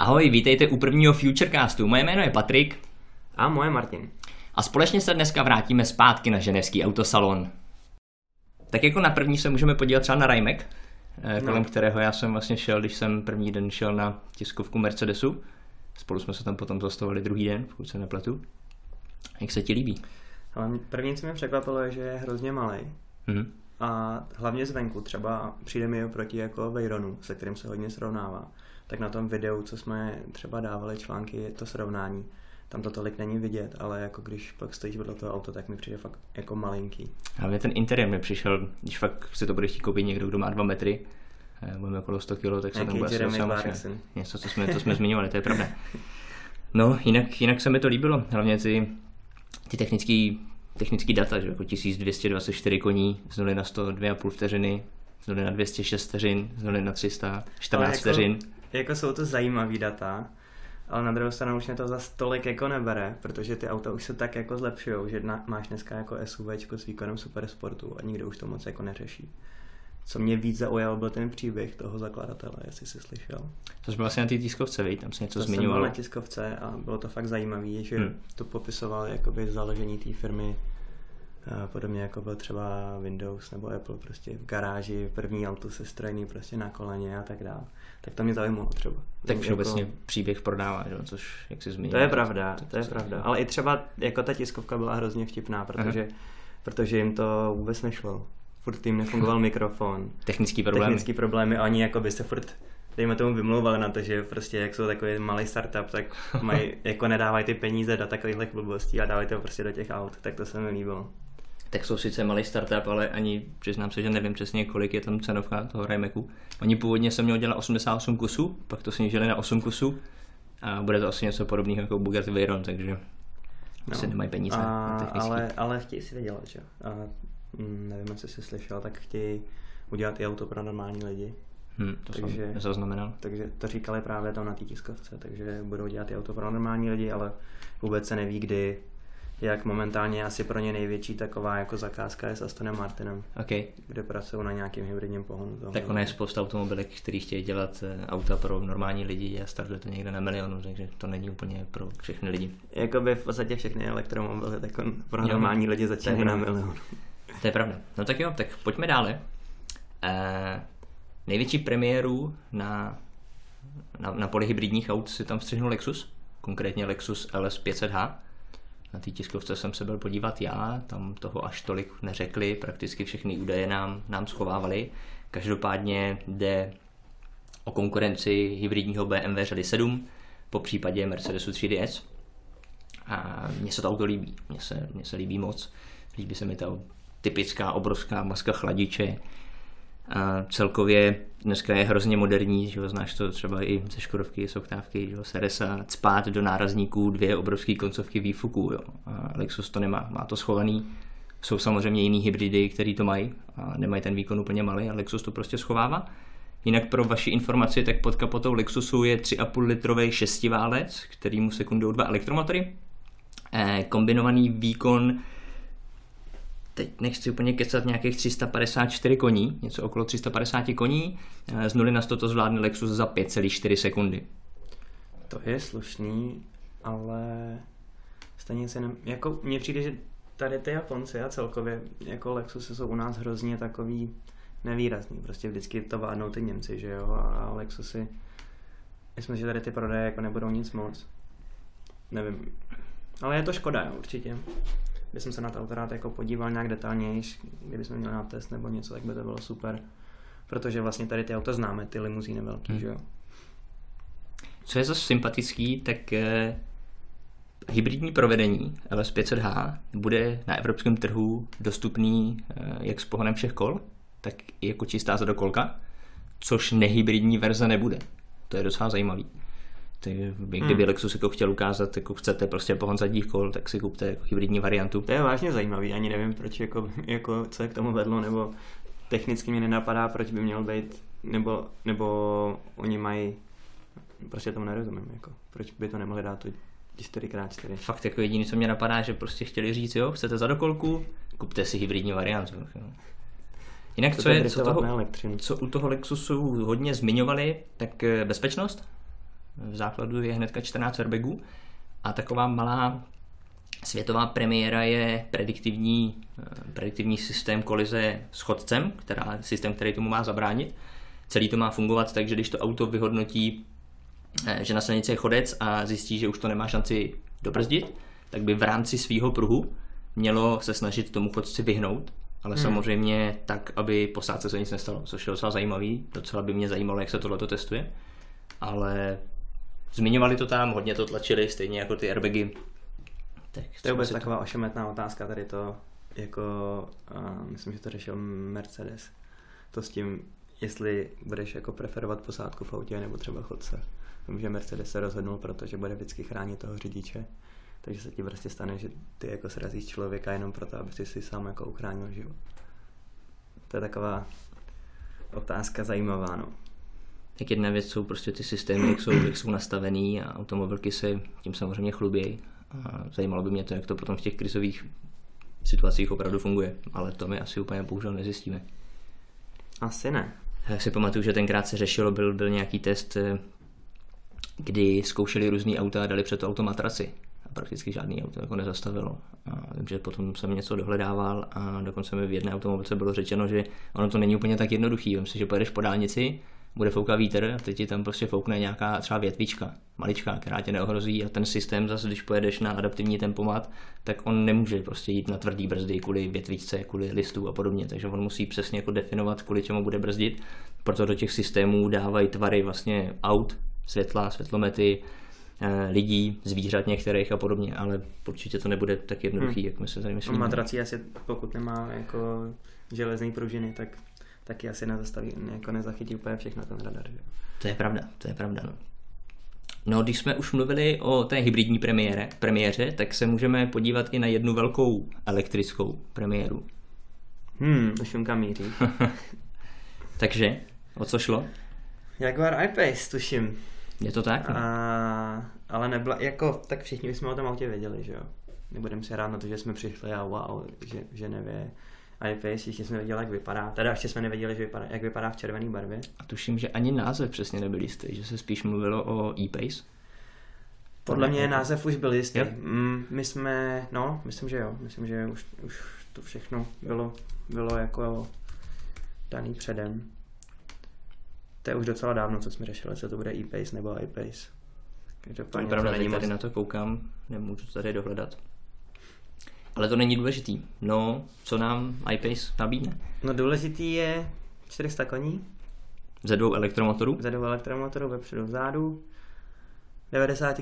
Ahoj, vítejte u prvního Futurecastu. Moje jméno je Patrik. A moje Martin. A společně se dneska vrátíme zpátky na ženevský autosalon. Tak jako na první se můžeme podívat třeba na Rimac, kolem kterého já jsem vlastně šel, když jsem první den šel na tiskovku Mercedesu. Spolu jsme se tam potom zastavili druhý den, pokud se nepletu. Jak se ti líbí? Ale první, co mě překvapilo, je, že je hrozně malej. Mm-hmm. A hlavně zvenku, třeba přijde mi oproti jako Veyronu, se kterým se hodně srovnává. Tak na tom videu, co jsme třeba dávali články, je to srovnání. Tam to tolik není vidět, ale jako když pak stojíš vedle toho auto, tak mi přijde fakt jako malinký. Hlavně ten interiér mi přišel, když fakt si to bude chtít koupit někdo, kdo má 2 metry, budeme okolo 100 kg, tak se tam bude asi něco, co jsme zmiňovali, to je pravda. No, jinak se mi to líbilo, hlavně ty technický data, že jako 1224 koní, z 0 na 100 2,5 vteřiny, z 0 na 206 vteřin, z 0 na 300 14 vteřin. Jako jsou to zajímavý data, ale na druhou stranu už mě to zas tolik jako nebere, protože ty auta už se tak jako zlepšujou, že máš dneska jako SUVčko s výkonem supersportu a nikdo už to moc jako neřeší. Co mě víc zaujalo, byl ten příběh toho zakladatele, jestli jsi slyšel. To byl vlastně na té tiskovce, víš, tam se něco zmiňovalo. To jsem byl na tiskovce a bylo to fakt zajímavé, že to popisoval jakoby založení té firmy, podobně jako byl třeba Windows nebo Apple, prostě v garáži, první auto sestrojený prostě na koleně a tak dále. Tak to mě zajímalo třeba. Tak všeobecně jako příběh prodává, že? Což, jak jsi zmínil. To je pravda. Ale i třeba jako ta tiskovka byla hrozně vtipná, protože jim to vůbec nešlo. Furt jim nefungoval mikrofon. Technický problémy. A oni jako by se furt, dejme tomu, vymlouvali na to, že prostě jak jsou takový malý startup, tak jako nedávají ty peníze do takových blbostí a dávají to prostě do těch aut. Tak to se mi líbilo. Tak jsou sice malý startup, ale ani přiznám se, že nevím přesně, kolik je tam cenovka toho Rimacu. Oni původně se měli dělat 88 kusů, pak to snížili na 8 kusů a bude to asi něco podobného jako Bugatti Veyron, takže asi nemají peníze. Ale chtějí si vydělat, že? Nevím, jestli jsi slyšel, tak chtějí udělat i auto pro normální lidi. Jsem nezaznamenal. Takže to říkali právě tam na té tiskovce, takže budou dělat i auto pro normální lidi, ale vůbec se neví kdy. Jak momentálně asi pro ně největší taková jako zakázka je s Astonem Martinem, kde pracují na nějakým hybridním pohonu. Tak ono je spousta automobilek, který chtějí dělat auta pro normální lidi a startuje to někde na milionu, takže to není úplně pro všechny lidi. Jakoby v podstatě všechny elektromobily tak pro normální lidi začínají na milion. To je pravda. No tak jo, tak pojďme dále. Největší premiéru na poli hybridních aut si tam vstřihnul Lexus, konkrétně Lexus LS 500H. Na té tiskovce jsem se byl podívat já, tam toho až tolik neřekli, prakticky všechny údaje nám schovávali. Každopádně jde o konkurenci hybridního BMW řady 7, po případě Mercedesu 3DS. A mně se to auto líbí, mně se líbí moc. Líbí se mi ta typická obrovská maska chladiče. A celkově dneska je hrozně moderní, že ho znáš to třeba i ze Škodovky, z Oktávky, že ho Seresa, cpát do nárazníků 2 obrovské koncovky výfuků. Jo. A Lexus to nemá, má to schovaný. Jsou samozřejmě jiný hybridy, který to mají a nemají ten výkon úplně malý a Lexus to prostě schovává. Jinak pro vaši informaci, tak pod kapotou Lexusu je 3,5 litrový šestiválec, kterýmu sekundují 2 elektromotory. Kombinovaný výkon, teď nechci úplně kecat, nějakých 354 koní, něco okolo 350 koní, z 0 na 100 to zvládne Lexus za 5,4 sekundy. To je slušný, ale stejně se jako mně přijde, že tady ty Japonci a celkově jako Lexusy jsou u nás hrozně takový nevýrazný, prostě vždycky to vládnou ty Němci, že jo, a Lexusy, myslím, že tady ty prodeje jako nebudou nic moc, nevím, ale je to škoda, jo, určitě. Když jsem se na to auto rád jako podíval nějak detailnější, kdybychom měli na test nebo něco, tak by to bylo super. Protože vlastně tady ty auta známe, ty limuzíny velký, že jo. Co je zase sympatický, tak hybridní provedení LS 500H bude na evropském trhu dostupný jak s pohonem všech kol, tak i jako čistá zadokolka, což nehybridní verze nebude. To je docela zajímavý. Kdyby Lexus jako chtěl ukázat, jako chcete prostě pohon zadních kol, tak si kupte jako hybridní variantu. To je vážně zajímavý, ani nevím, proč jako co je k tomu vedlo, nebo technicky mě nenapadá, proč by měl být, nebo oni mají, prostě tomu nerozumím, jako, proč by to nemohli dát 4x4. Fakt jako jediný, co mě napadá, že prostě chtěli říct, jo, chcete zadokolku, kupte si hybridní variantu. Jo. Jinak co u toho Lexusu hodně zmiňovali, tak bezpečnost. v základu je hnedka 14 airbagů a taková malá světová premiéra je prediktivní systém kolize s chodcem, systém, který tomu má zabránit. Celý to má fungovat tak, že když to auto vyhodnotí, že na silnici je chodec a zjistí, že už to nemá šanci dobrzdit, tak by v rámci svýho pruhu mělo se snažit tomu chodci vyhnout, ale samozřejmě tak, aby posádce se nic nestalo, což je docela zajímavý, docela by mě zajímalo, jak se tohleto testuje, ale zmiňovali to tam, hodně to tlačili, stejně jako ty airbagy. Tak to je vůbec taková ošemetná otázka tady to, jako myslím, že to řešil Mercedes, to s tím, jestli budeš jako preferovat posádku v autě nebo třeba chodce. Vím, že Mercedes se rozhodnul, protože bude vždycky chránit toho řidiče, takže se ti prostě stane, že ty jako srazíš člověka jenom proto, aby si sám jako uchránil život. To je taková otázka zajímavá, no. Tak jedna věc jsou prostě ty systémy, jak jsou nastavený a automobilky se tím samozřejmě chlubějí. A zajímalo by mě to, jak to potom v těch krizových situacích opravdu funguje, ale to my asi úplně bohužel nezjistíme. Asi ne. Já si pamatuju, že tenkrát se řešilo, byl nějaký test, kdy zkoušeli různý auta a dali před to auto matraci. A prakticky žádný auto jako nezastavilo. A vím, že potom jsem něco dohledával a dokonce mi v jedné automobilce bylo řečeno, že ono to není úplně tak jednoduchý. Vím si, že pojedeš po dálnici, bude foukat vítr a teď ti tam prostě foukne nějaká třeba větvička, maličká, která tě neohrozí a ten systém zase, když pojedeš na adaptivní tempomat, tak on nemůže prostě jít na tvrdý brzdy kvůli větvičce, kvůli listů a podobně, takže on musí přesně jako definovat, kvůli čemu bude brzdit, proto do těch systémů dávají tvary vlastně aut, světla, světlomety, lidí, zvířat některých a podobně, ale určitě to nebude tak jednoduchý, jak my se tady myslíme. Matrací asi, pokud nemá jako železný pružiny, tak taky asi jako nezachytí úplně všechno ten radar. Že? To je pravda. No, když jsme už mluvili o té hybridní premiéře, tak se můžeme podívat i na jednu velkou elektrickou premiéru. Už kam míří. Takže, o co šlo? Jaguar I-Pace, tuším. Je to tak? Ale nebyla, jako, tak všichni jsme o tom autě věděli, že jo. Nebudeme se hrát na to, že jsme přišli a wow, že nevě I-Pace, všichni jsme věděli, jak vypadá. Teda ještě jsme nevěděli, jak vypadá v červené barvě. A tuším, že ani název přesně nebyl jistý, že se spíš mluvilo o E-Pace. Podle mě název už byl jistý. Myslím, že jo. Myslím, že už to všechno bylo jako daný předem. To je už docela dávno, co jsme řešili, jestli to bude E-Pace nebo I-Pace. To je pravda, teď tady na to koukám, nemůžu to tady dohledat. Ale to není důležitý. No, co nám I-Pace nabídne? No důležitý je 400 koní. Ze dvou elektromotorů, vepředu vzadu. 90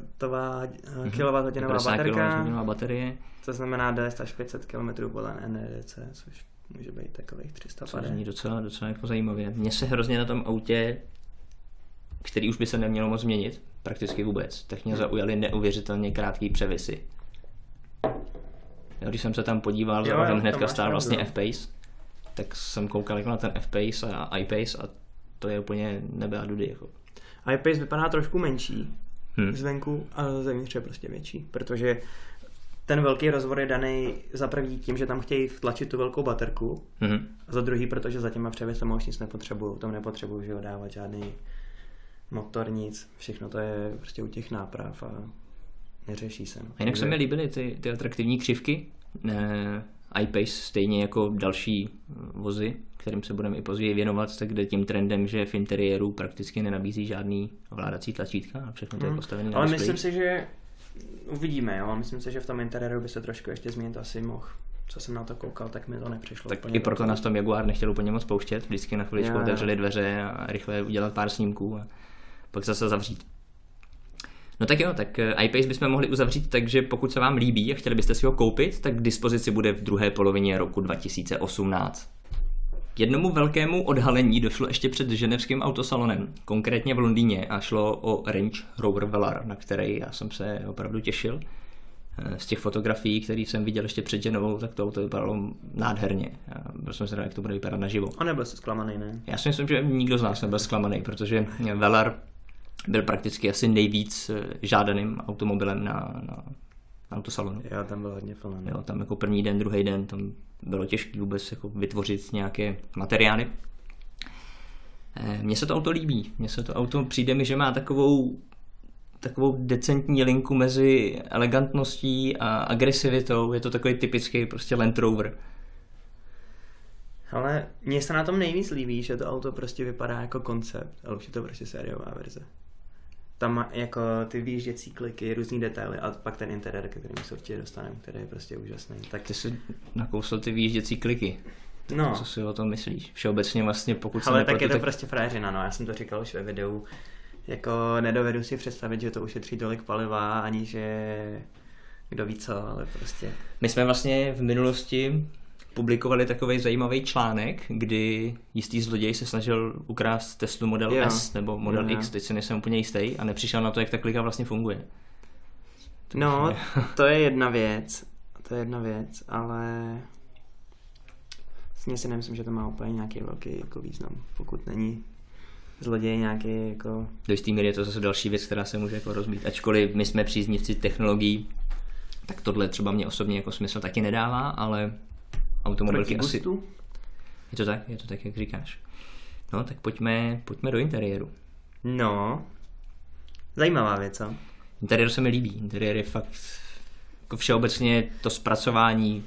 kWh baterie. To znamená 10 až 500 km podle NEDC, což může být takových 300 pade. To zní docela jako zajímavě. Mně se hrozně na tom autě, který už by se nemělo moc změnit, prakticky vůbec, tak mě zaujaly neuvěřitelně krátký převisy. Jo, když jsem se tam podíval, za rohem hnedka stál vlastně F-Pace, tak jsem koukal jako na ten F-Pace a I-Pace a to je úplně nebe a dudy. Jako. I-Pace vypadá trošku menší zvenku, ale zevnitř je prostě větší, protože ten velký rozvor je daný za první tím, že tam chtějí vtlačit tu velkou baterku a za druhý, protože za těma převisama už nic nepotřebují, tam nepotřebují, že dávat žádný motor, nic, všechno to je prostě u těch náprav a neřeší se. No. A jinak se mi líbily ty atraktivní křivky, I-Pace stejně jako další vozy, kterým se budeme i později věnovat, tak jde tím trendem, že v interiéru prakticky nenabízí žádný ovládací tlačítka a všechno to je postavené na ale displeji. myslím si, že uvidíme, jo, myslím si, že v tom interiéru by se trošku ještě změnit asi mohl. Co jsem na to koukal, tak mi to nepřišlo. Tak i proto nás tom Jaguar nechtěl úplně moc pouštět, vždycky na chviličku otevřeli dveře a rychle udělat pár snímků a pak zase zavřít. No tak jo, tak I-Pace bychom mohli uzavřít, takže pokud se vám líbí a chtěli byste si ho koupit, tak k dispozici bude v druhé polovině roku 2018. K jednomu velkému odhalení došlo ještě před ženevským autosalonem, konkrétně v Londýně, a šlo o Range Rover Velar, na který já jsem se opravdu těšil. Z těch fotografií, které jsem viděl ještě před Ženevou, tak to vypadalo nádherně. Byl jsem se rád, jak to bude vypadat naživo. A nebyl jsi zklamaný, ne? Já si myslím, že nikdo z nás nebyl zklamaný, protože Velar byl prakticky asi nejvíc žádaným automobilem na autosalonu. Já tam byl hodně plný. Jo, tam jako první den, druhý den, tam bylo těžké vůbec jako vytvořit nějaké materiály. Mně se to auto líbí. Mně se to auto přijde mi, že má takovou decentní linku mezi elegantností a agresivitou. Je to takový typický prostě Land Rover. Ale mně se na tom nejvíc líbí, že to auto prostě vypadá jako koncept, ale už je to prostě sériová verze. Tam má jako ty výjížděcí kliky, různý detaily a pak ten interiér, který se určitě dostaneme, který je prostě úžasný. Tak ty si nakousl ty výjížděcí kliky. No. Co si o tom myslíš? Všeobecně vlastně pokud se ale tak je to prostě frajeřina, no, já jsem to říkal už ve videu. Jako nedovedu si představit, že to ušetří tolik paliva, ani že kdo ví co, ale prostě. My jsme vlastně v minulosti publikovali takovej zajímavý článek, kdy jistý zloděj se snažil ukrást Teslu Model S nebo Model X, teď si nejsem úplně jistý a nepřišel na to, jak ta klika vlastně funguje. No, to je jedna věc, ale vlastně si nemyslím, že to má úplně nějaký velký jako význam, pokud není zloděj nějaký jako... Do jistý míry je to zase další věc, která se může jako rozbít. Ačkoliv my jsme příznivci technologií, tak tohle třeba mě osobně jako smysl taky nedává, ale automobilky asi... Je to tak, jak říkáš. No, tak pojďme do interiéru. No, zajímavá věc, co? Interiér se mi líbí. Interiér je fakt jako všeobecně to zpracování,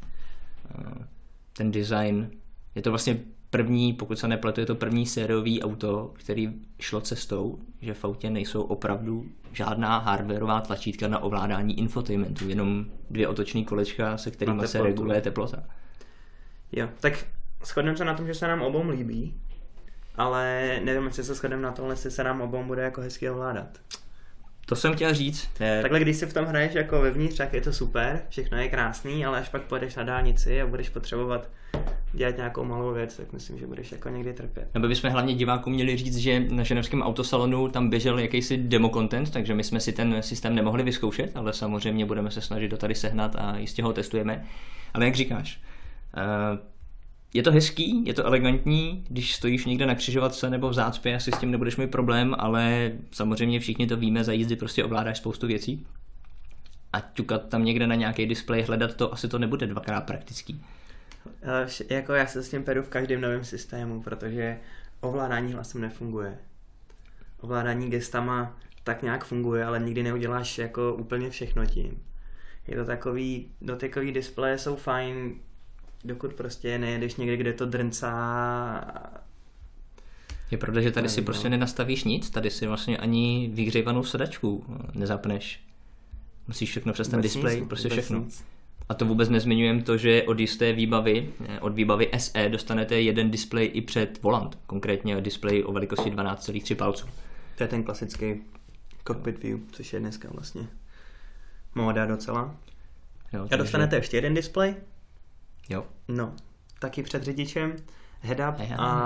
ten design. Je to vlastně první, pokud se nepletu, je to první sériový auto, který šlo cestou, že v autě nejsou opravdu žádná hardwarová tlačítka na ovládání infotainmentu, jenom 2 otočný kolečka, se kterými se reguluje teplota. Jo, tak shodneme se na tom, že se nám obou líbí, ale nevím, jestli se shodneme na tom, jestli se nám obou bude jako hezky ovládat. To jsem chtěl říct. Takhle, když si v tom hraješ jako vevnitř, tak je to super, všechno je krásný, ale až pak pojedeš na dálnici a budeš potřebovat dělat nějakou malou věc, tak myslím, že budeš jako někdy trpět. Nebo bychom hlavně divákům měli říct, že na ženevském autosalonu tam běžel jakýsi demo content, takže my jsme si ten systém nemohli vyzkoušet, ale samozřejmě budeme se snažit ho tady sehnat a jistě ho testujeme. Ale jak říkáš, je to hezký, je to elegantní, když stojíš někde na křižovatce nebo v zácpě, asi s tím nebudeš mít problém, ale samozřejmě všichni to víme, za jízdy prostě ovládáš spoustu věcí. A ťukat tam někde na nějaký displej, hledat to, asi to nebude dvakrát praktický. Jako já se s tím peru v každém novém systému, protože ovládání hlasem nefunguje. Ovládání gestama tak nějak funguje, ale nikdy neuděláš jako úplně všechno tím. Je to takový, dotykový displeje jsou fajn, dokud prostě nejedeš někde, kde to drncá. Je pravda, že tady si prostě nenastavíš nic, tady si vlastně ani vyhřívanou sedačku nezapneš. Musíš všechno přes ten displej, prostě všechno. Nic. A to vůbec nezmiňujem to, že od jisté výbavy, od výbavy SE dostanete jeden displej i před volant, konkrétně displej o velikosti 12,3 palců. To je ten klasický cockpit view, což je dneska vlastně móda docela. Jo, a dostanete ještě jeden displej? Jo. No, taky před řidičem, head-up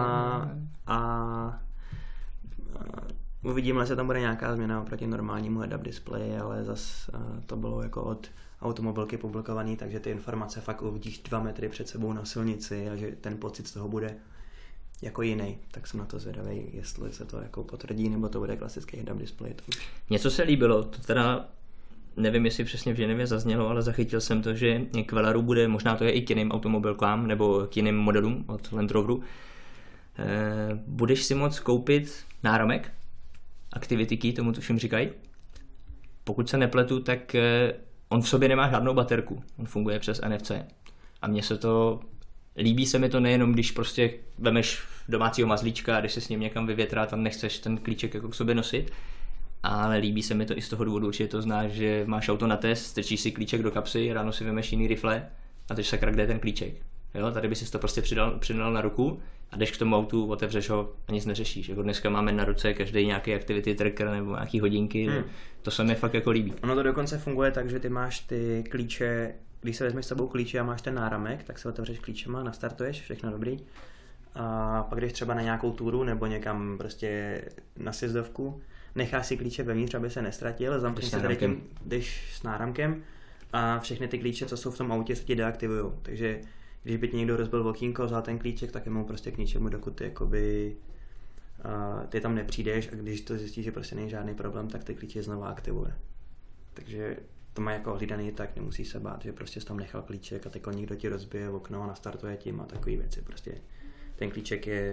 a uvidíme, jestli tam bude nějaká změna oproti normálnímu head-up displeji, ale zas to bylo jako od automobilky publikovaný, takže ty informace fakt uvidíš 2 metry před sebou na silnici a že ten pocit z toho bude jako jiný. Tak jsem na to zvědavý, jestli se to jako potvrdí, nebo to bude klasický head-up display. Něco se líbilo, to teda nevím, jestli přesně v Ženevě zaznělo, ale zachytil jsem to, že k Velaru bude, možná to je i k jiným automobilkám nebo k jiným modelům od Land Roveru, budeš si moct koupit náramek, Activity Key, tomu tuším říkají. Pokud se nepletu, tak on v sobě nemá žádnou baterku, on funguje přes NFC. A mně se to, líbí se mi to nejenom, když prostě vemeš domácího mazlíčka a když se s ním někam vyvětrát a nechceš ten klíček jako k sobě nosit, ale líbí se mi to i z toho důvodu, určitě to znáš, že máš auto na test, strčíš si klíček do kapsy, ráno si vemeš jiný rifle a teď sakra, kde je ten klíček. Jo, tady by si to prostě přidal na ruku a jdeš k tomu autu, otevřeš ho a nic neřešíš. Jako dneska máme na ruce každý nějaký activity tracker nebo nějaký hodinky, to se mi fakt jako líbí. Ono to dokonce funguje tak, že ty máš ty klíče, když se vezmeš s sebou klíče a máš ten náramek, tak se otevřeš klíčema, nastartuješ, všechno dobrý. A pak jdeš třeba na nějakou túru nebo někam prostě na sjezdovku, necháš si klíče vevnitř, aby se nestratil, zamkneš se tady tím, jdeš s náramkem a všechny ty klíče, co jsou v tom autě, se ti deaktivujou. Takže když by ti někdo rozbil okýnko, vzal ten klíček, tak je mu prostě k ničemu, dokud ty, jakoby, ty tam nepřijdeš a když to zjistíš, že prostě není žádný problém, tak ty klíče znovu aktivuje. Takže to má jako hlídaný, tak nemusíš se bát, že prostě jsi tam nechal klíček a teď někdo ti rozbije okno a nastartuje tím a takové věci. Prostě ten klíček je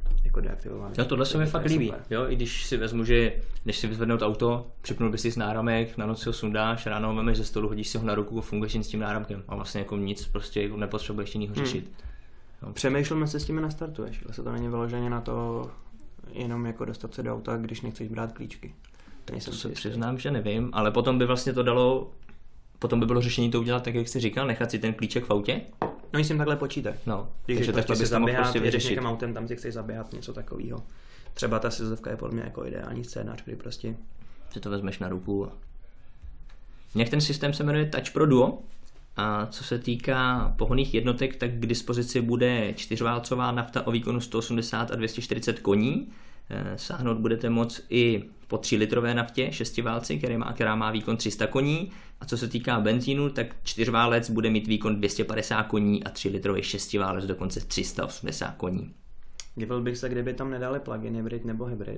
jako deaktivovaný. Jo, tohle se mi fakt líbí. Super. Jo, i když si vezmu, že než si vyzvednout auto, připnul bys si s náramek, na noc ho sundáš, ráno ho vemeš ze stolu, hodíš si ho na ruku a funguješ jen s tím náramkem. A vlastně jako nic, prostě jako nepotřebuješ jinýho řešit. Přemýšlíme se s tím nastartuješ, ale se to není vyloženě na to jenom jako dostat se do auta, když nechceš brát klíčky. To se přiznám, že nevím, ale potom by vlastně to dalo, potom by bylo řešení to udělat tak, jak jsi říkal, nechat si ten klíček v autě. No, jsi jim takhle počítat. No, takže takhle bys to mohl prostě vyřešit. Někam autem, tam si chceš zaběhat, něco takového. Třeba ta sezovka je podle mě jako ideální scénář, kdy prostě si to vezmeš na ruku. Jak ten systém se jmenuje Touch Pro Duo. A co se týká pohonných jednotek, tak k dispozici bude 4válcová nafta o výkonu 180 a 240 koní. Sáhnout budete moct i po 3 litrové naftě 6 válci, která má výkon 300 koní. A co se týká benzínu, tak 4 válec bude mít výkon 250 koní a 3 litrový 6 válec dokonce 380 koní. Divil bych se, kdyby tam nedali plug-in hybrid nebo hybrid.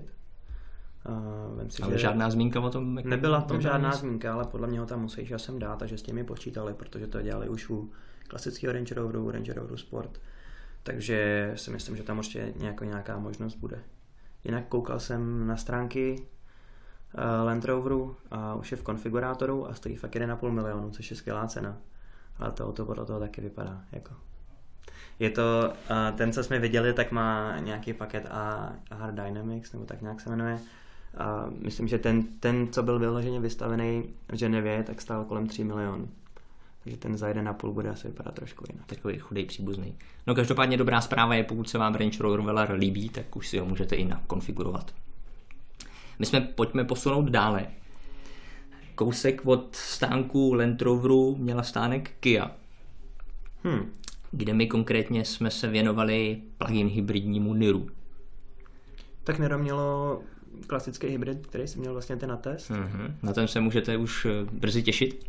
Ale žádná zmínka o tom? Nebyla tam žádná zmínka, ale podle mě ho tam musíš časem dát, takže s těmi počítali, protože to dělali už u klasického Range Roveru Sport. Takže si myslím, že tam určitě nějaká možnost bude. Jinak koukal jsem na stránky Land Roveru a už je v konfigurátoru a stojí fakt 1,5 milionu, což je skvělá cena. A to auto podle toho taky vypadá. Jako. Je to, ten, co jsme viděli, tak má nějaký paket AR Dynamics, nebo tak nějak se jmenuje. A myslím, že ten, co byl vyloženě vystavený v Ženevě, tak stál kolem 3 milionů. Takže ten za 1,5 bude asi vypadat trošku jinak. Takový chudej příbuzný. No každopádně dobrá zpráva je, pokud se vám Range Rover Velar líbí, tak už si ho můžete i nakonfigurovat. Pojďme posunout dále. Kousek od stánku Land Roveru měla stánek Kia. Kde my konkrétně jsme se věnovali plug-in hybridnímu Niru. Tak Niro mělo klasický hybrid, který jsem měl vlastně ten na test. Na ten se můžete už brzy těšit.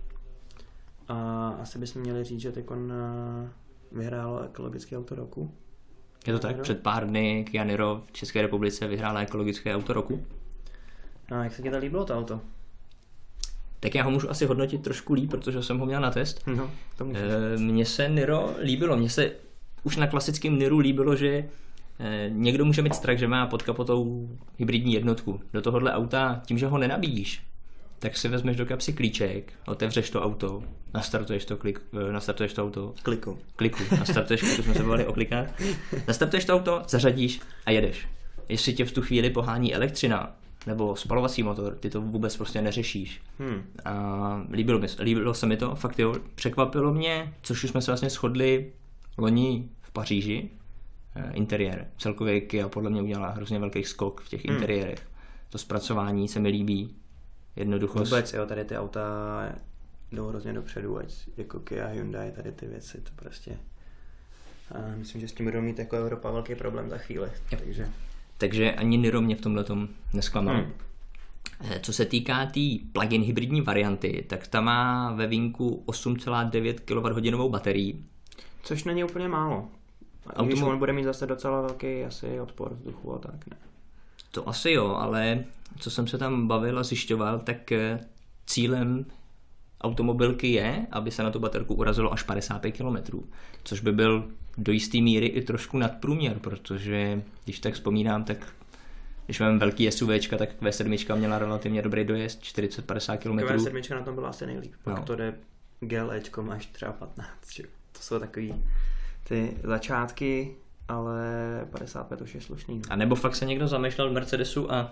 A asi bychom měli říct, že teď on vyhrál ekologické auto roku. Je to tak? Niro? Před pár dny Kia Niro v České republice vyhrála ekologické auto roku. A jak se ti to líbilo, to auto? Tak já ho můžu asi hodnotit trošku líp, protože jsem ho měl na test. No, to můžeš. Mně se Niro líbilo. Mně se už na klasickém Niru líbilo, že někdo může mít strach, že má pod kapotou hybridní jednotku. Do tohohle auta, tím, že ho nenabíjíš, tak si vezmeš do kapsy klíček, otevřeš to auto, nastartuješ to auto. Kliku. Nastartuješ kliku, jsme se bavili o klikách. Nastartuješ to auto, zařadíš a jedeš. Jestli tě v tu chvíli pohání elektřina, nebo spalovací motor, ty to vůbec prostě neřešíš. A líbilo se mi to, fakt jo, překvapilo mě, což už jsme se vlastně shodli loni v Paříži, interiér. Celkově Kia podle mě udělala hrozně velký skok v těch interiérech. To zpracování se mi líbí, jednoduchost. Vůbec jo, tady ty auta jdou hrozně dopředu, ať jako Kia, Hyundai, tady ty věci, to prostě. A myslím, že s tím budou mít jako Evropa velký problém za chvíli, Takže ani Niro mě v tomhletom nesklamal. Co se týká té plug-in hybridní varianty, tak ta má ve vínku 8,9 kWh baterii. Což není úplně málo. Když on bude mít zase docela velký asi odpor vzduchu a tak, ne? To asi jo, ale co jsem se tam bavil a zjišťoval, tak cílem automobilky je, aby se na tu baterku urazilo až 55 km, což by byl do jisté míry i trošku nadprůměr, protože když tak vzpomínám, tak když mám velký SUVčka, tak V7 měla relativně dobrý dojezd, 40-50 km. V7 na tom byla asi nejlíp, pak to jde GLEčko máš třeba 15, že? To jsou takový ty začátky, ale 55 už je slušný. Ne? A nebo fakt se někdo zamýšlel v Mercedesu a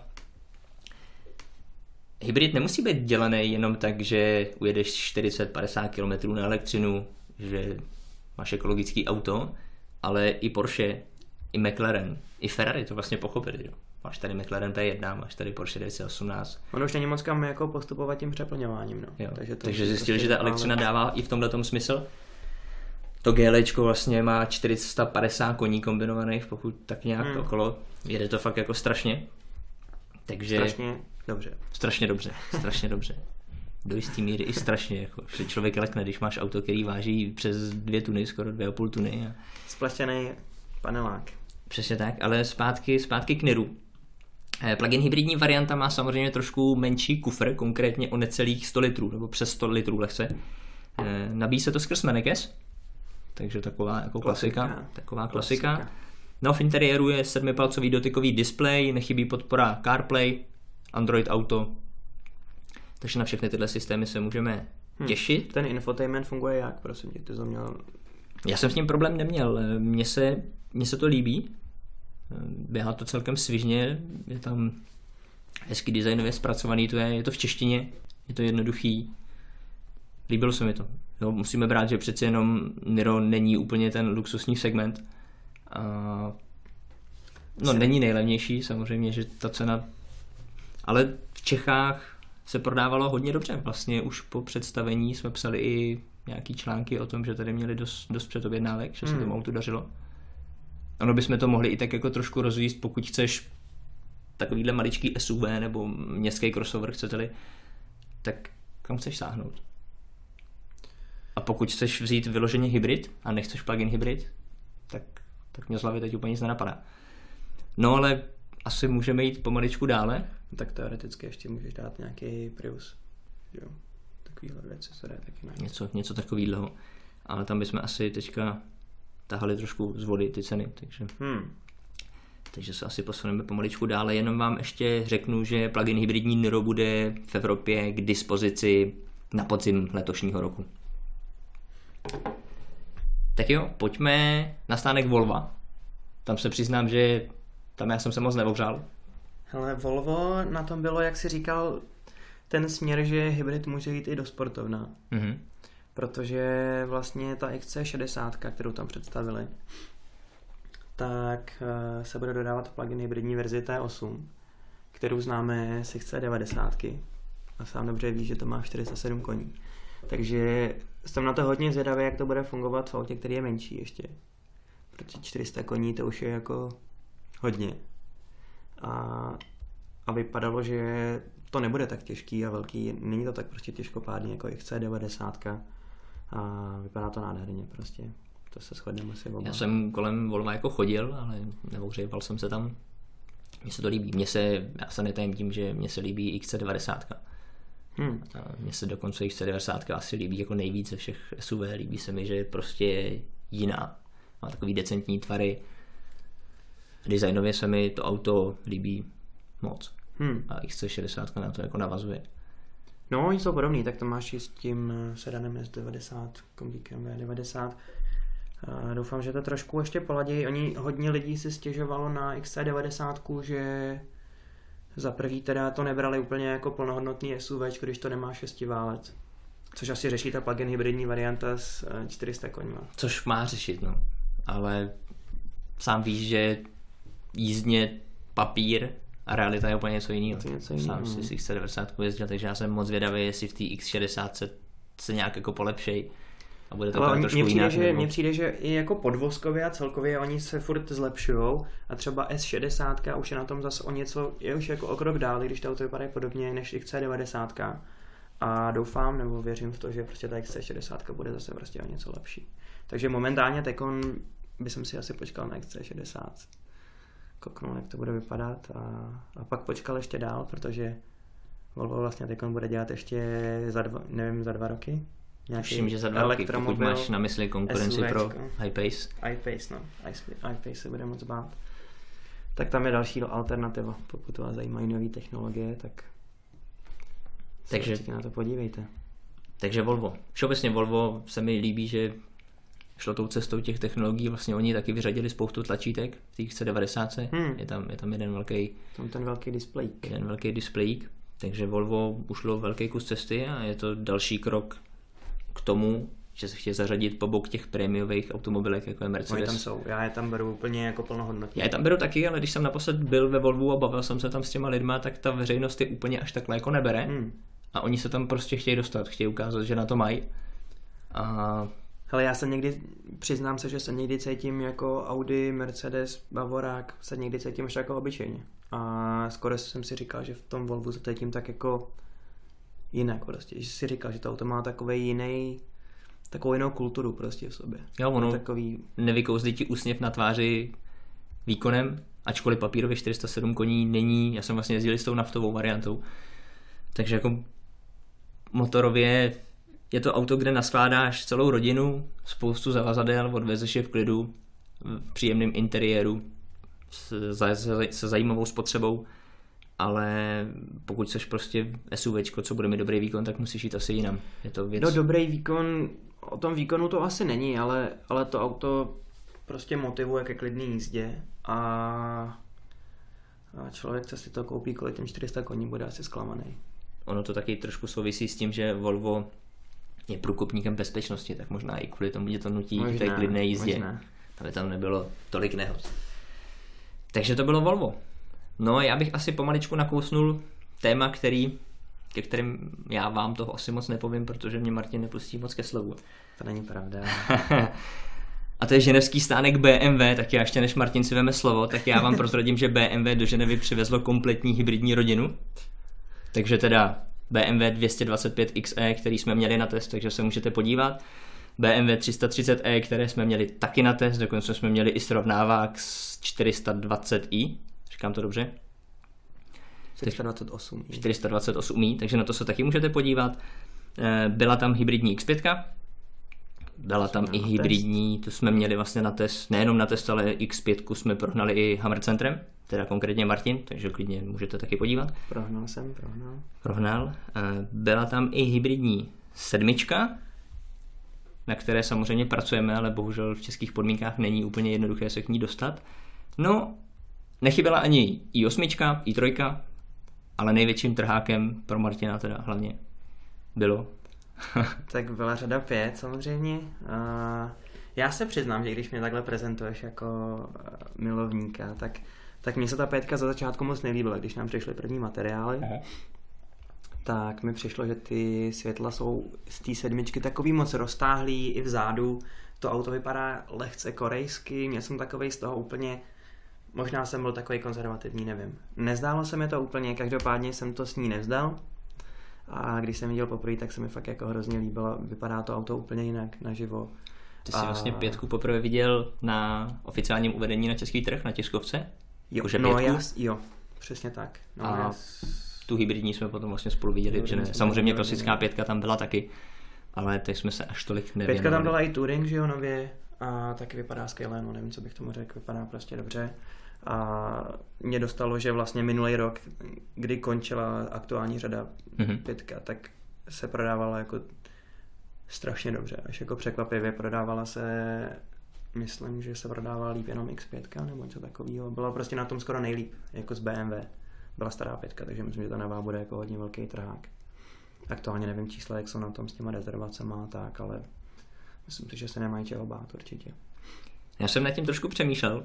hybrid nemusí být dělaný jenom tak, že ujedeš 40-50 km na elektřinu, že máš ekologický auto, ale i Porsche, i McLaren, i Ferrari to vlastně pochopili. Jo. Máš tady McLaren P1, máš tady Porsche 918. Ono už není moc kam jako postupovat tím přeplňováním. No. Jo. Takže zjistili, že ta elektřina dává i v tomhletom smysl. To GLčko vlastně má 450 koní kombinovaných, pokud tak nějak okolo. Jede to fakt jako strašně. Takže strašně dobře. Do jistý míry i strašně, jako, že člověk lekne, když máš auto, který váží přes 2 tuny, skoro 2,5 tuny. Splaštěný panelák. Přesně tak, ale zpátky k Niru. Plug-in hybridní varianta má samozřejmě trošku menší kufr, konkrétně o necelých 100 litrů, nebo přes 100 litrů lehce. Nabíjí se to skrz Mennekes, takže taková jako klasika. No, v interiéru je 7palcový dotykový displej, nechybí podpora CarPlay, Android Auto, takže na všechny tyhle systémy se můžeme těšit. Ten infotainment funguje jak, prosím tě, ty to měl? Já jsem s tím problém neměl, mně se to líbí, běhá to celkem svižně, je tam hezky designově zpracovaný, je to v češtině, je to jednoduchý, líbilo se mi to. Jo, musíme brát, že přeci jenom Niro není úplně ten luxusní segment. Není nejlevnější, samozřejmě, že ta cena, ale v Čechách se prodávalo hodně dobře. Vlastně už po představení jsme psali i nějaký články o tom, že tady měli dost předobjednávek, že se tomu autu dařilo. Ono bychom to mohli i tak jako trošku rozvíjet, pokud chceš takovýhle maličký SUV nebo městský crossover, chcete-li, tak kam chceš sáhnout? A pokud chceš vzít vyloženě hybrid a nechceš plug-in hybrid, tak mě z hlavy teď úplně nic nenapadá. No ale asi můžeme jít pomaličku dále. Tak teoreticky ještě můžeš dát nějaký Prius. Jo, takovýhle věci se dá taky najít. Něco takovýhleho. Ale tam bychom asi teďka tahali trošku z vody ty ceny, takže se asi posuneme pomaličku dále. Jenom vám ještě řeknu, že plug-in hybridní Niro bude v Evropě k dispozici na podzim letošního roku. Tak jo, pojďme na stánek Volva. Tam se přiznám, že tam já jsem se moc neohřál. Hele, Volvo na tom bylo, jak jsi říkal, ten směr, že hybrid může jít i do sportovna. Protože vlastně ta XC60, kterou tam představili, tak se bude dodávat plug-in hybridní verzi T8, kterou známe z XC90 a sám dobře víš, že to má 407 koní. Takže jsem na to hodně zvědavý, jak to bude fungovat v autě, který je menší ještě. Protože 400 koní to už je jako hodně. A vypadalo, že to nebude tak těžký a velký, není to tak prostě těžkopádný jako XC90 a vypadá to nádherně prostě. To se shodneme asi oba. Já jsem kolem Volva jako chodil, ale neohříval jsem se tam. Mně se to líbí. Já se netajím tím, že mně se líbí XC90. Mně se dokonce XC90 asi líbí jako nejvíc ze všech SUV. Líbí se mi, že je prostě jiná. Má takový decentní tvary. Designově se mi to auto líbí moc. A XC60 na to jako navazuje. No, oni jsou podobný, tak to máš i s tím sedanem S90, kombíkem V90. Doufám, že to trošku ještě poladí. Hodně lidí si stěžovalo na XC90, že za prvý teda to nebrali úplně jako plnohodnotný SUV, když to nemá 6válec. Což asi řeší ta plug-in hybridní varianta s 400 koňma. Což má řešit, no. Ale sám víš, že jízdně papír a realita je úplně něco jiného. Sám si XC90 jezdil, takže já jsem moc zvědavý, jestli v té X60 se nějak jako polepšej. A bude to trošku jinak. Mně přijde, že i jako podvozkově a celkově oni se furt zlepšujou a třeba S60 už je na tom zase o něco, je už jako o krok dál, když to auto vypadá podobně než XC90 a doufám nebo věřím v to, že prostě ta XC60 bude zase prostě o něco lepší. Takže momentálně tekon by jsem si asi počkal na XC60. Kouknul, jak to bude vypadat a pak počkal ještě dál, protože Volvo vlastně tekon bude dělat ještě za 2 roky. Všim, že za 2 roky, pokud máš na mysli konkurenci pro iPace. iPace se bude moc bát. Tak tam je další alternativa. Pokud vás zajímají nové technologie, tak se na to podívejte. Takže Volvo. Všeobecně Volvo se mi líbí, že šlo tou cestou těch technologií. Vlastně oni taky vyřadili spoustu tlačítek v těch C90. Je tam jeden velký displejík. Takže Volvo ušlo velký kus cesty a je to další krok k tomu, že se chtějí zařadit po bok těch prémiových automobilek, jako je Mercedes. Oni tam jsou, já je tam beru úplně jako plnohodnotně. Já je tam beru taky, ale když jsem naposled byl ve Volvu a bavil jsem se tam s těma lidma, tak ta veřejnost je úplně až takhle jako nebere. A oni se tam prostě chtějí dostat, chtějí ukázat, že na to mají. Hele, já se někdy, přiznám se, že se někdy cítím jako Audi, Mercedes, Bavorák, se někdy cítím ještě jako obyčejně. A skoro jsem si říkal, že v tom Volvu se cítím tak jako jinak prostě. Že si říkal, že to auto má takovou jinou kulturu prostě v sobě. Jo, ono nevykouzlí ti úsměv na tváři výkonem, ačkoliv papírově 407 koní není, já jsem vlastně jezdil s tou naftovou variantou. Takže jako motorově je to auto, kde naskládáš celou rodinu, spoustu zavazadel, odvezeš je v klidu v příjemném interiéru se zajímavou spotřebou, ale pokud seš prostě SUVčko, co bude mít dobrý výkon, tak musíš jít asi jinam. Je to věc... No dobrý výkon, o tom výkonu to asi není, ale to auto prostě motivuje ke klidné jízdě a člověk, co si to koupí kvůli těm 400 koní, bude asi zklamaný. Ono to taky trošku souvisí s tím, že Volvo je průkopníkem bezpečnosti, tak možná i kvůli tomu, že to nutí k té klidné jízdě. Aby tam nebylo tolik nehod. Takže to bylo Volvo. No já bych asi pomaličku nakousnul téma, ke kterým já vám toho asi moc nepovím, protože mě Martin nepustí moc ke slovu. To není pravda. A to je ženevský stánek BMW, tak já ještě než Martin si veme slovo, tak já vám prozradím, že BMW do Ženevy přivezlo kompletní hybridní rodinu. Takže teda BMW 225 XE, který jsme měli na test, takže se můžete podívat. BMW 330e, které jsme měli taky na test, dokonce jsme měli i srovnávák s 420i. Říkám to dobře? 428i, takže na to se taky můžete podívat. Byla tam hybridní X5, byla tam i hybridní, to jsme měli vlastně na test, nejenom na test, ale X5 jsme prohnali i Hammer Centrem, teda konkrétně Martin, takže klidně můžete taky podívat. Prohnal. Byla tam i hybridní 7, na které samozřejmě pracujeme, ale bohužel v českých podmínkách není úplně jednoduché se k ní dostat. No, nechyběla ani i8, i3, ale největším trhákem pro Martina teda hlavně bylo. Tak byla řada 5 samozřejmě. Já se přiznám, že když mě takhle prezentuješ jako milovníka, tak mně se ta 5 za začátku moc nelíbila, když nám přišly první materiály. Aha. Tak mi přišlo, že ty světla jsou z té 7 takový moc roztáhlý i vzadu. To auto vypadá lehce korejsky, měl jsem takovej z toho úplně, možná jsem byl takový konzervativní, nevím. Nezdálo se mi to úplně, každopádně jsem to s ní nevzdal. A když jsem viděl poprvé, tak se mi fakt jako hrozně líbilo. Vypadá to auto úplně jinak naživo. Ty jsi vlastně 5 poprvé viděl na oficiálním uvedení na český trh, na tiskovce? Jo, jo, přesně tak. No, a tu hybridní jsme potom vlastně spolu viděli, že ne. Samozřejmě klasická 5 tam byla taky, ale teď jsme se až tolik nevěnovali. 5 tam byla i Touring, že jo, nově, a taky vypadá skvěle, no nevím, co bych tomu řekl, vypadá prostě dobře. A mě dostalo, že vlastně minulý rok, kdy končila aktuální řada 5, tak se prodávala jako strašně dobře, až jako překvapivě. Prodávala se, myslím, že se prodávala líp jenom X5 nebo něco takového. Bylo prostě na tom skoro nejlíp, jako z BMW. Byla stará 5, takže myslím, že ta nová bude jako hodně velký trhák. Aktuálně nevím čísla, jak jsou na tom s těma rezervacema a tak, ale myslím si, že se nemají čeho bát určitě. Já jsem nad tím trošku přemýšlel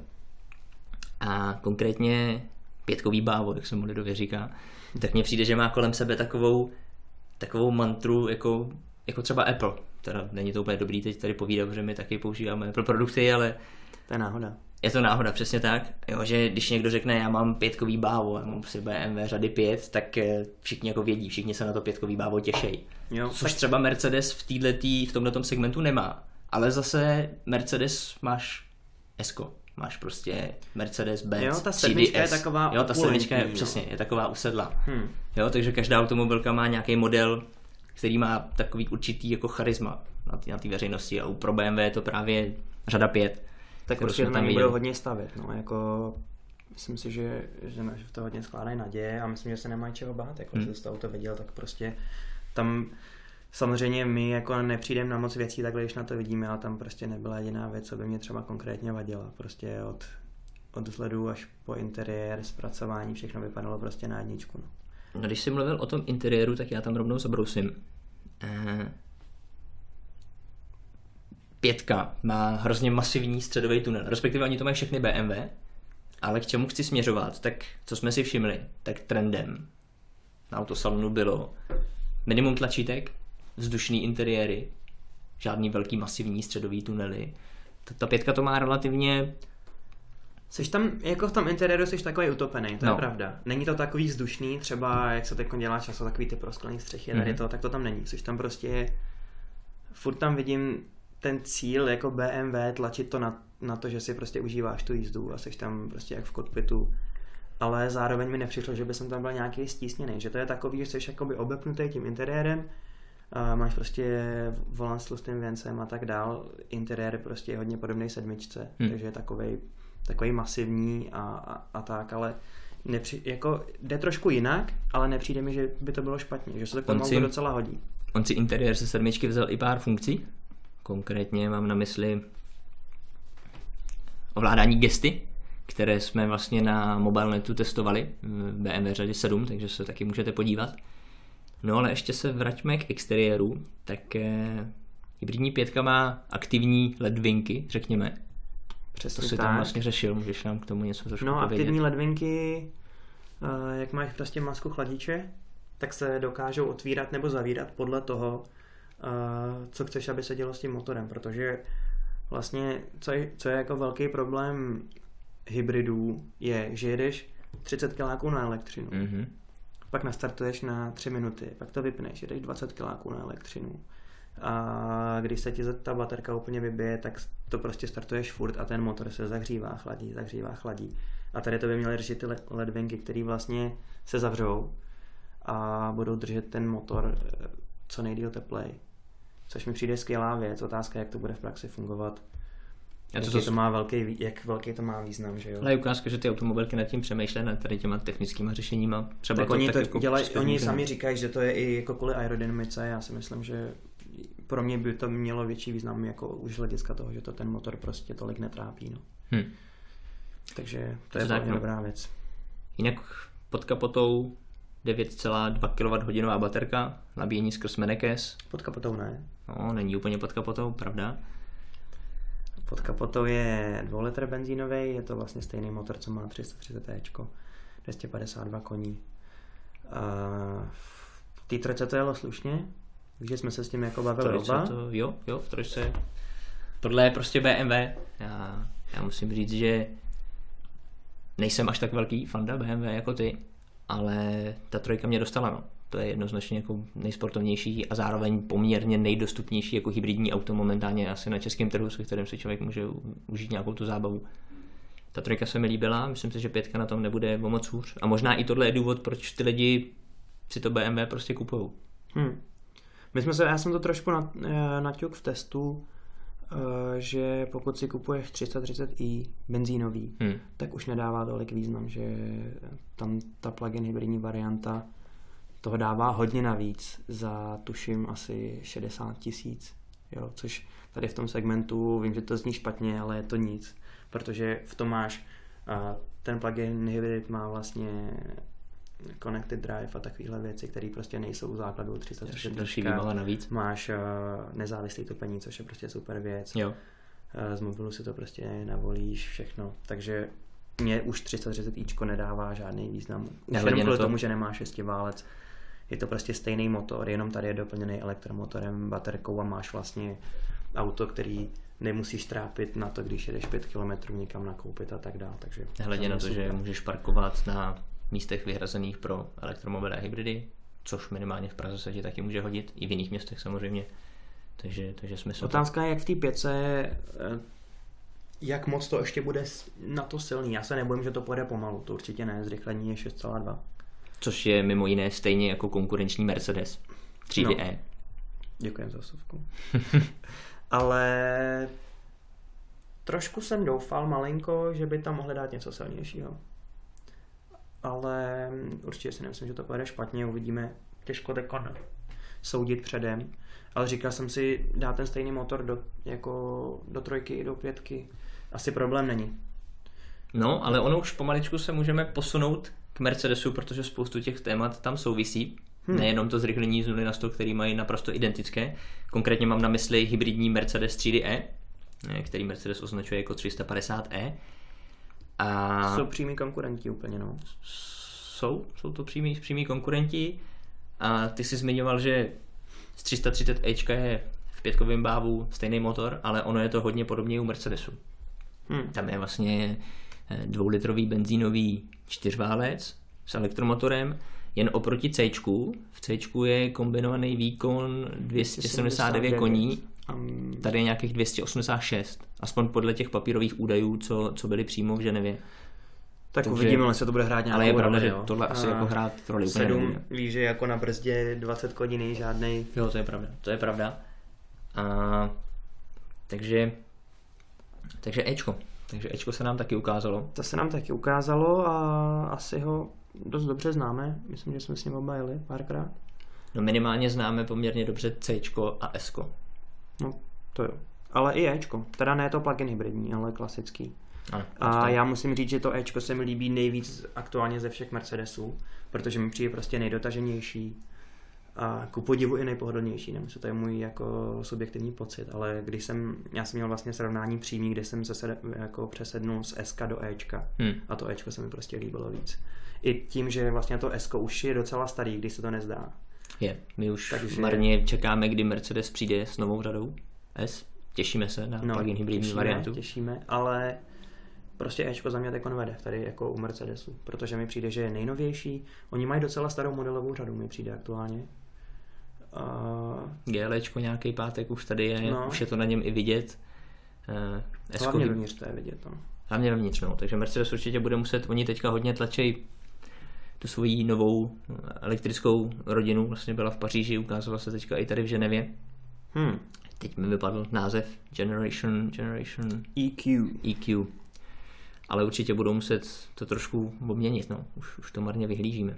a konkrétně 5kový bávo, jak se mu lidově říká, tak mně přijde, že má kolem sebe takovou mantru jako třeba Apple. Teda není to úplně dobrý teď tady povídat, protože my taky používáme Apple produkty, ale to je náhoda. Je to náhoda, přesně tak. Jo, že když někdo řekne, já mám 5kový bávo, já mám si BMW řady 5, tak všichni jako vědí, všichni se na to 5kový bávo těšejí. Což třeba Mercedes v tomhletom segmentu nemá. Ale zase Mercedes máš S-ko. Máš prostě Mercedes, Benz, jo, ta 7 je taková jo, ta 7 je přesně, je taková usedlá. Jo, takže každá automobilka má nějaký model, který má takový určitý jako charisma na té veřejnosti a pro BMW je to právě řada 5. Tak určitě na ní budou hodně stavět, no, jako myslím si, že v to hodně skládají naděje a myslím, že se nemají čeho bát, jako že jsi to auto viděl, tak prostě tam samozřejmě my jako nepřijdeme na moc věcí takhle, když na to vidíme, ale tam prostě nebyla jediná věc, co by mě třeba konkrétně vadila, prostě od vzhledu až po interiér, zpracování, všechno vypadalo prostě na jedničku, no. No, když jsi mluvil o tom interiéru, tak já tam rovnou zabrousím. 5 má hrozně masivní středový tunel, respektive oni to mají všechny BMW, ale k čemu chci směřovat, tak co jsme si všimli, tak trendem na autosalonu bylo minimum tlačítek, vzdušný interiéry, žádný velký masivní středový tunely. Ta 5 to má relativně... Seš tam, jako v tom interiéru jsi takový utopený, to je pravda. Není to takový vzdušný, třeba jak se teď dělá často takový ty prosklený střechy, tady to, tak to tam není. Seš tam prostě, furt tam vidím ten cíl jako BMW tlačit to na to, že si prostě užíváš tu jízdu a seš tam prostě jak v kokpitu. Ale zároveň mi nepřišlo, že by jsem tam byl nějaký stísněný, že to je takový, že jsi jakoby obepnutý tím interiérem Máš prostě volant s tlustým věncem a tak dál. Interiér prostě je hodně podobný sedmičce, takže je takovej masivní a tak, ale jako jde trošku jinak, ale nepřijde mi, že by to bylo špatně, že se to k tomu docela hodí. On si interiér ze sedmičky vzal i pár funkcí, konkrétně mám na mysli ovládání gesty, které jsme vlastně na Mobilenetu testovali v BMW řadě 7, takže se taky můžete podívat. No ale ještě se vraťme k exteriéru, tak hybridní 5 má aktivní ledvinky, řekněme. Přesně to si tak. Tam vlastně řešil, můžeš nám k tomu něco trošku povědět? Aktivní ledvinky, jak máš prostě masku chladiče, tak se dokážou otvírat nebo zavírat podle toho, co chceš, aby se dělo s tím motorem, protože vlastně, co je jako velký problém hybridů, je, že jedeš 30 km na elektřinu, pak nastartuješ na 3 minuty, pak to vypneš, jedeš 20 km na elektřinu a když se ti ta baterka úplně vybije, tak to prostě startuješ furt a ten motor se zahřívá, chladí. A tady to by měly řešit ty ledvinky, které vlastně se zavřou a budou držet ten motor co nejdýl teplej. Což mi přijde skvělá věc. Otázka, jak to bude v praxi fungovat. Jak velký to má význam, že jo? Ale je ukázka, že ty automobilky nad tím přemýšlejí, nad tady těma technickýma řešeníma. Třeba tak oni to jako dělají, oni sami říkají, že to je i jako kvůli aerodynamice. Já si myslím, že pro mě by to mělo větší význam jako už hlediska toho, že to ten motor prostě tolik netrápí. No. Takže to je velmi dobrá věc. Jinak pod kapotou 9,2 kWh baterka, nabíjení skrz Mennekes. Pod kapotou ne. No, není úplně pod kapotou, pravda. Pod kapotou je 2 litr benzínový, je to vlastně stejný motor, co má 330 252 koní. V té trojce to jelo slušně, takže jsme se s tím jako bavili oba. Jo, v trojce. Tohle je prostě BMW. Já musím říct, že nejsem až tak velký fanda BMW jako ty, ale ta trojka mě dostala, no. To je jednoznačně jako nejsportovnější a zároveň poměrně nejdostupnější jako hybridní auto momentálně asi na českém trhu, se kterým si člověk může užít nějakou tu zábavu. Ta trojka se mi líbila, myslím si, že 5 na tom nebude o moc hůř. A možná i tohle je důvod, proč ty lidi si to BMW prostě kupujou. Já jsem to trošku naťuk v testu, že pokud si kupuješ 330i benzínový, tak už nedává tolik význam, že tam ta plug-in hybridní varianta toho dává hodně navíc za tuším asi 60 000, což tady v tom segmentu, vím, že to zní špatně, ale je to nic, protože v tom máš ten plug-in hybrid má vlastně connected drive a takovéhle věci, které prostě nejsou v základu 330. Další výbava navíc. Máš nezávislý topení, což je prostě super věc. Jo. Z mobilu si to prostě navolíš, všechno. Takže mě už 330ičko nedává žádný význam. Už jenom kvůli tomu, že nemá 6válec. Je to prostě stejný motor, jenom tady je doplněný elektromotorem, baterkou a máš vlastně auto, který nemusíš trápit na to, když jedeš 5 km někam nakoupit a tak dále. Takže nehledě na to, super. Že můžeš parkovat na místech vyhrazených pro elektromobily a hybridy, což minimálně v Praze se ti taky může hodit, i v jiných městech samozřejmě. Takže smysl. Otázka je, jak v té 5, jak moc to ještě bude na to silný. Já se nebojím, že to pojede pomalu, to určitě ne, zrychlení je 6,2. Což je mimo jiné stejně jako konkurenční Mercedes 3DE. No. Děkujem za vsuvku. Ale trošku jsem doufal malinko, že by tam mohli dát něco silnějšího. Ale určitě si nemyslím, že to pojede špatně, uvidíme, těžko tekon soudit předem. Ale říkal jsem si, dát ten stejný motor do trojky i do 5. Asi problém není. No, ale ono už pomaličku se můžeme posunout k Mercedesu, protože spoustu těch témat tam souvisí. Nejenom to zrychlení z 0 na 100, který mají naprosto identické. Konkrétně mám na mysli hybridní Mercedes 3DE, který Mercedes označuje jako 350e. A jsou přímí konkurenti úplně, no. Jsou to přímí konkurenti. A ty jsi zmiňoval, že z 330e je v 5kovém bávu stejný motor, ale ono je to hodně podobně u Mercedesu. Tam je vlastně 2litrový benzínový 4válec s elektromotorem, jen oproti C-čku. V C-čku je kombinovaný výkon 279 koní, tady je nějakých 286, aspoň podle těch papírových údajů, co byly přímo v Ženevě. Tak uvidíme, jestli to bude hrát nějakou ale je pravda, roli, že tohle asi jako hrát roli úplně 7 nebude. víš, že jako na brzdě 20 koní žádnej. Jo, to je pravda. A, takže Ečko. Takže Ečko se nám taky ukázalo. To se nám taky ukázalo a asi ho dost dobře známe. Myslím, že jsme s ním oba jeli párkrát. No minimálně známe poměrně dobře Cčko a Sko. No, to jo. Ale i Ečko. Teda ne to plug-in hybridní, ale klasický. A já musím říct, že to Ečko se mi líbí nejvíc aktuálně ze všech Mercedesů, protože mi přijde prostě nejdotaženější a ku podivu i nejpohodlnější. Nevím, to je můj jako subjektivní pocit, ale já jsem měl vlastně srovnání přímý, kde jsem se jako přesednul z SK do Ečka a to Ečko se mi prostě líbilo víc. I tím, že vlastně to Sko už je docela starý, když se to nezdá. My už marně čekáme, kdy Mercedes přijde s novou řadou S. Těšíme se na plug-in hybridní variantu. Těšíme, ale prostě Ečko za mě teď vede tady jako u Mercedesu, protože mi přijde, že je nejnovější. Oni mají docela starou modelovou řadu, mi přijde aktuálně. GLčko nějaký pátek už tady je, už je to na něm i vidět. Hlavně vevnitř to je vidět. No. Hlavně vevnitř, takže Mercedes určitě bude muset, oni teďka hodně tlačí tu svoji novou elektrickou rodinu, vlastně byla v Paříži, ukázala se teďka i tady v Ženevě. Teď mi vypadl název Generation EQ. Ale určitě budou muset to trošku obměnit, už to marně vyhlížíme.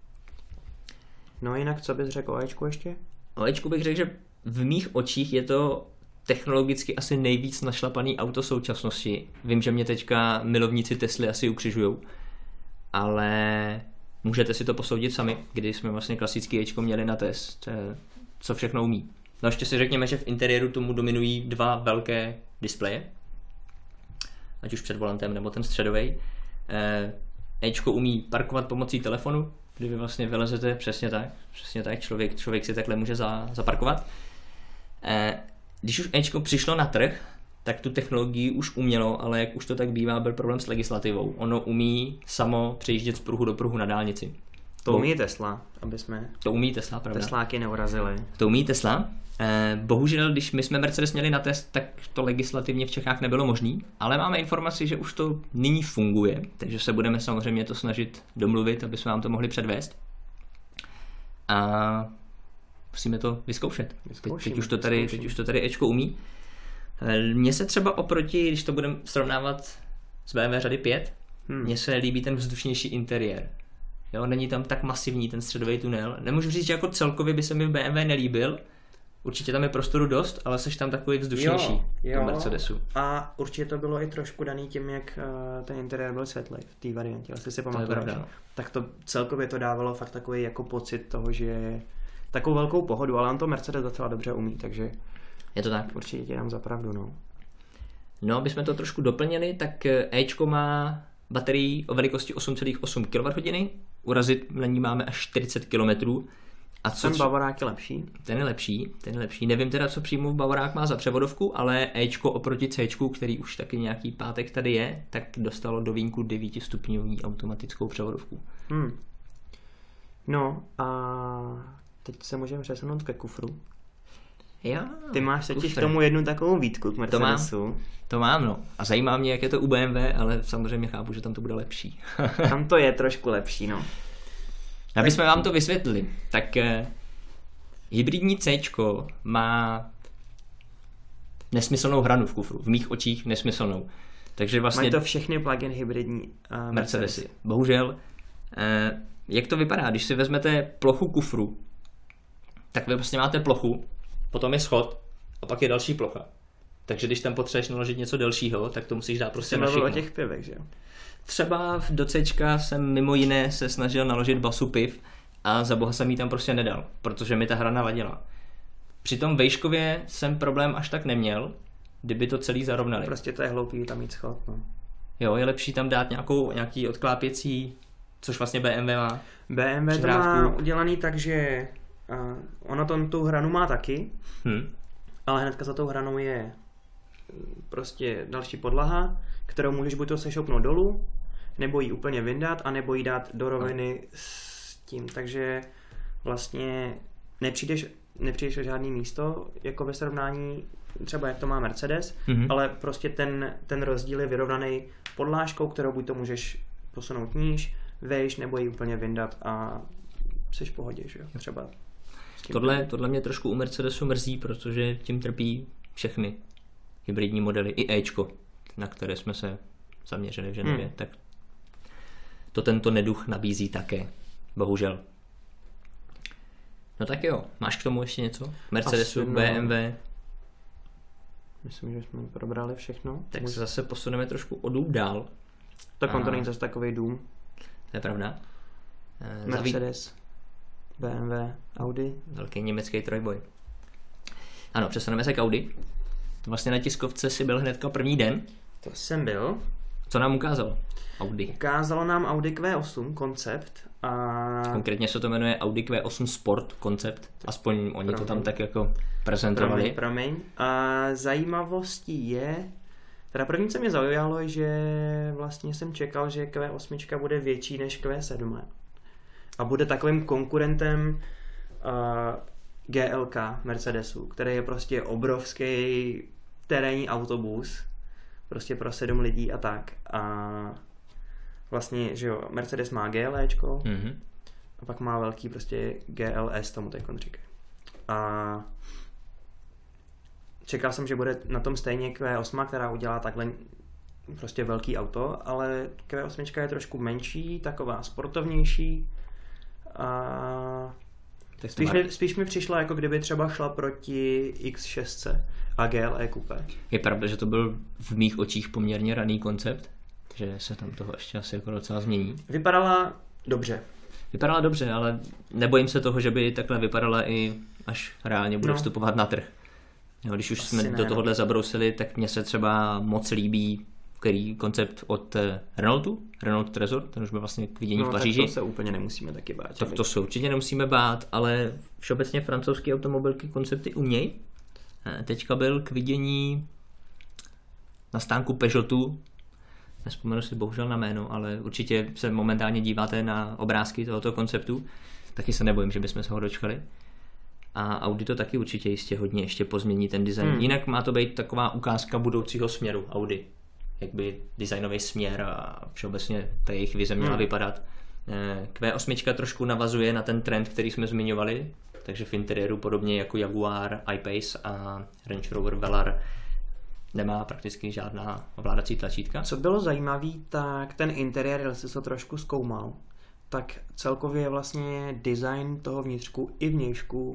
No jinak, co bys řekl o Ečku ještě? O Ečku bych řekl, že v mých očích je to technologicky asi nejvíc našlapaný auto současnosti. Vím, že mě teďka milovníci Tesly asi ukřižujou, ale můžete si to posoudit sami, kdy jsme vlastně klasický Ečko měli na test, co všechno umí. No ještě si řekněme, že v interiéru tomu dominují 2 velké displeje, ať už před volantem nebo ten středovej. Ečko umí parkovat pomocí telefonu, kdy vy vlastně vylezete, přesně tak, člověk si takhle může zaparkovat. Když už Ečko přišlo na trh, tak tu technologii už umělo, ale jak už to tak bývá, byl problém s legislativou. Ono umí samo přejíždět z pruhu do pruhu na dálnici. To umí Tesla, aby jsme to umí Tesla, pravda. Tesláky neurazili. To umí Tesla. Bohužel, když my jsme Mercedes měli na test, tak to legislativně v Čechách nebylo možné, ale máme informaci, že už to nyní funguje, takže se budeme samozřejmě to snažit domluvit, aby jsme vám to mohli předvést. A musíme to vyzkoušet. Teď už to tady Ečko umí. Mně se třeba oproti, když to budeme srovnávat s BMW řady 5, mně se líbí ten vzdušnější interiér. Jo, není tam tak masivní ten středový tunel. Nemůžu říct, že jako celkově by se mi v BMW nelíbil. Určitě tam je prostoru dost, ale seš tam takový vzdušnější v Mercedesu. A určitě to bylo i trošku daný tím, jak ten interiér byl světlý v té variantě. Asi si pamatuješ. Tak to celkově to dávalo fakt takový jako pocit toho, že je takovou velkou pohodu, ale on to Mercedes docela dobře umí, takže je to tak. Určitě ti dám za pravdu, No, abychom to trošku doplnili, tak Ečko má baterii o velikosti 8,8 kWh, urazit na ní máme až 40 km. A ten Bavorák je lepší? Ten je lepší. Nevím teda, co přímo v Bavorák má za převodovku, ale Ečko oproti Cčku, který už taky nějaký pátek tady je, tak dostalo do vínku 9stupňový automatickou převodovku. No a teď se můžeme přesunout ke kufru. Jo, ty máš totiž k tomu jednu takovou výtku k Mercedesu. To mám. A zajímá mě, jak je to u BMW, ale samozřejmě chápu, že tam to bude lepší. Tam to je trošku lepší, Aby jsme vám to vysvětlili, tak hybridní Cčko má nesmyslnou hranu v kufru. V mých očích nesmyslnou. Takže vlastně mají to všechny plug-in hybridní Mercedesy. Bohužel, jak to vypadá, když si vezmete plochu kufru, tak vy vlastně máte plochu, potom je schod a pak je další plocha. Takže když tam potřebuješ naložit něco delšího, tak to musíš dát prostě na všechno. O těch pivech, že jo? Třeba do Cčka jsem mimo jiné se snažil naložit basu piv a za boha jsem jí tam prostě nedal, protože mi ta hrana vadila. Při tom vejškově jsem problém až tak neměl, kdyby to celý zarovnali. Prostě to je hloupý tam mít schod, Jo, je lepší tam dát nějaký odklápěcí, což vlastně BMW má. BMW to má udělaný tak, že ono tu hranu má taky, ale hnedka za tou hranou je prostě další podlaha, kterou můžeš buď to sešoupnout dolů, nebo ji úplně vyndat, anebo ji dát do roviny s tím, takže vlastně nepřijdeš o žádný místo, jako ve srovnání třeba jak to má Mercedes, ale prostě ten rozdíl je vyrovnaný podlážkou, kterou buď to můžeš posunout níž, vejš nebo ji úplně vyndat a jsi v pohodě, že jo, třeba. Tohle mě trošku u Mercedesu mrzí, protože tím trpí všechny hybridní modely, i Ečko, na které jsme se zaměřili v Ženevě, tak to tento neduch nabízí také, bohužel. No tak jo, máš k tomu ještě něco? Mercedesu, BMW? Myslím, že jsme probrali všechno. Tak se zase posuneme trošku o dům dál. Tak on to není zase takovej dům. To je pravda. Mercedes, BMW, Audi. Velký německý trojboj. Ano, přesuneme se k Audi. Vlastně na tiskovce si byl hnedka první den. To jsem byl. Co nám ukázalo Audi? Ukázalo nám Audi Q8 koncept. A... Konkrétně se to jmenuje Audi Q8 Sport koncept. Aspoň oni to tam tak jako prezentovali. Promiň. A zajímavostí je... Teda první, co mě zaujalo, že vlastně jsem čekal, že Q8 bude větší než Q7. A bude takovým konkurentem GLK Mercedesu, který je prostě obrovský terénní autobus, prostě pro 7 lidí a tak. A vlastně, že jo, Mercedes má GLEčko a pak má velký prostě GLS, tomu teď říkají. A čekal jsem, že bude na tom stejně Q8, která udělá takhle prostě velký auto, ale Q8 je trošku menší, taková sportovnější a spíš mi přišlo, jako kdyby třeba šla proti X6 a GLE Coupe. Je pravda, že to byl v mých očích poměrně raný koncept, že se tam toho ještě asi jako docela změní. Vypadala dobře, ale nebojím se toho, že by takhle vypadala i až reálně bude vstupovat na trh. Jo, když už asi jsme do tohohle zabrousili, tak mně se třeba moc líbí který koncept od Renaultu, Renault Trezor, ten už byl vlastně k vidění v Paříži. Tak to se úplně nemusíme taky bát. Tak to se určitě nemusíme bát, ale všeobecně francouzské automobilky koncepty umějí. Teďka byl k vidění na stánku Peugeotu, nespomenu si bohužel na jméno, ale určitě se momentálně díváte na obrázky tohoto konceptu, taky se nebojím, že bychom se ho dočkali. A Audi to taky určitě jistě hodně ještě pozmění ten design. Jinak má to být taková ukázka budoucího směru Audi. Jak by designový směr a všeobecně ta jejich vize měla vypadat. Q8 trošku navazuje na ten trend, který jsme zmiňovali, takže v interiéru podobně jako Jaguar I-Pace a Range Rover Velar nemá prakticky žádná ovládací tlačítka. Co bylo zajímavé, tak ten interiér, jestli se to trošku zkoumal, tak celkově vlastně design toho vnitřku i vnějšku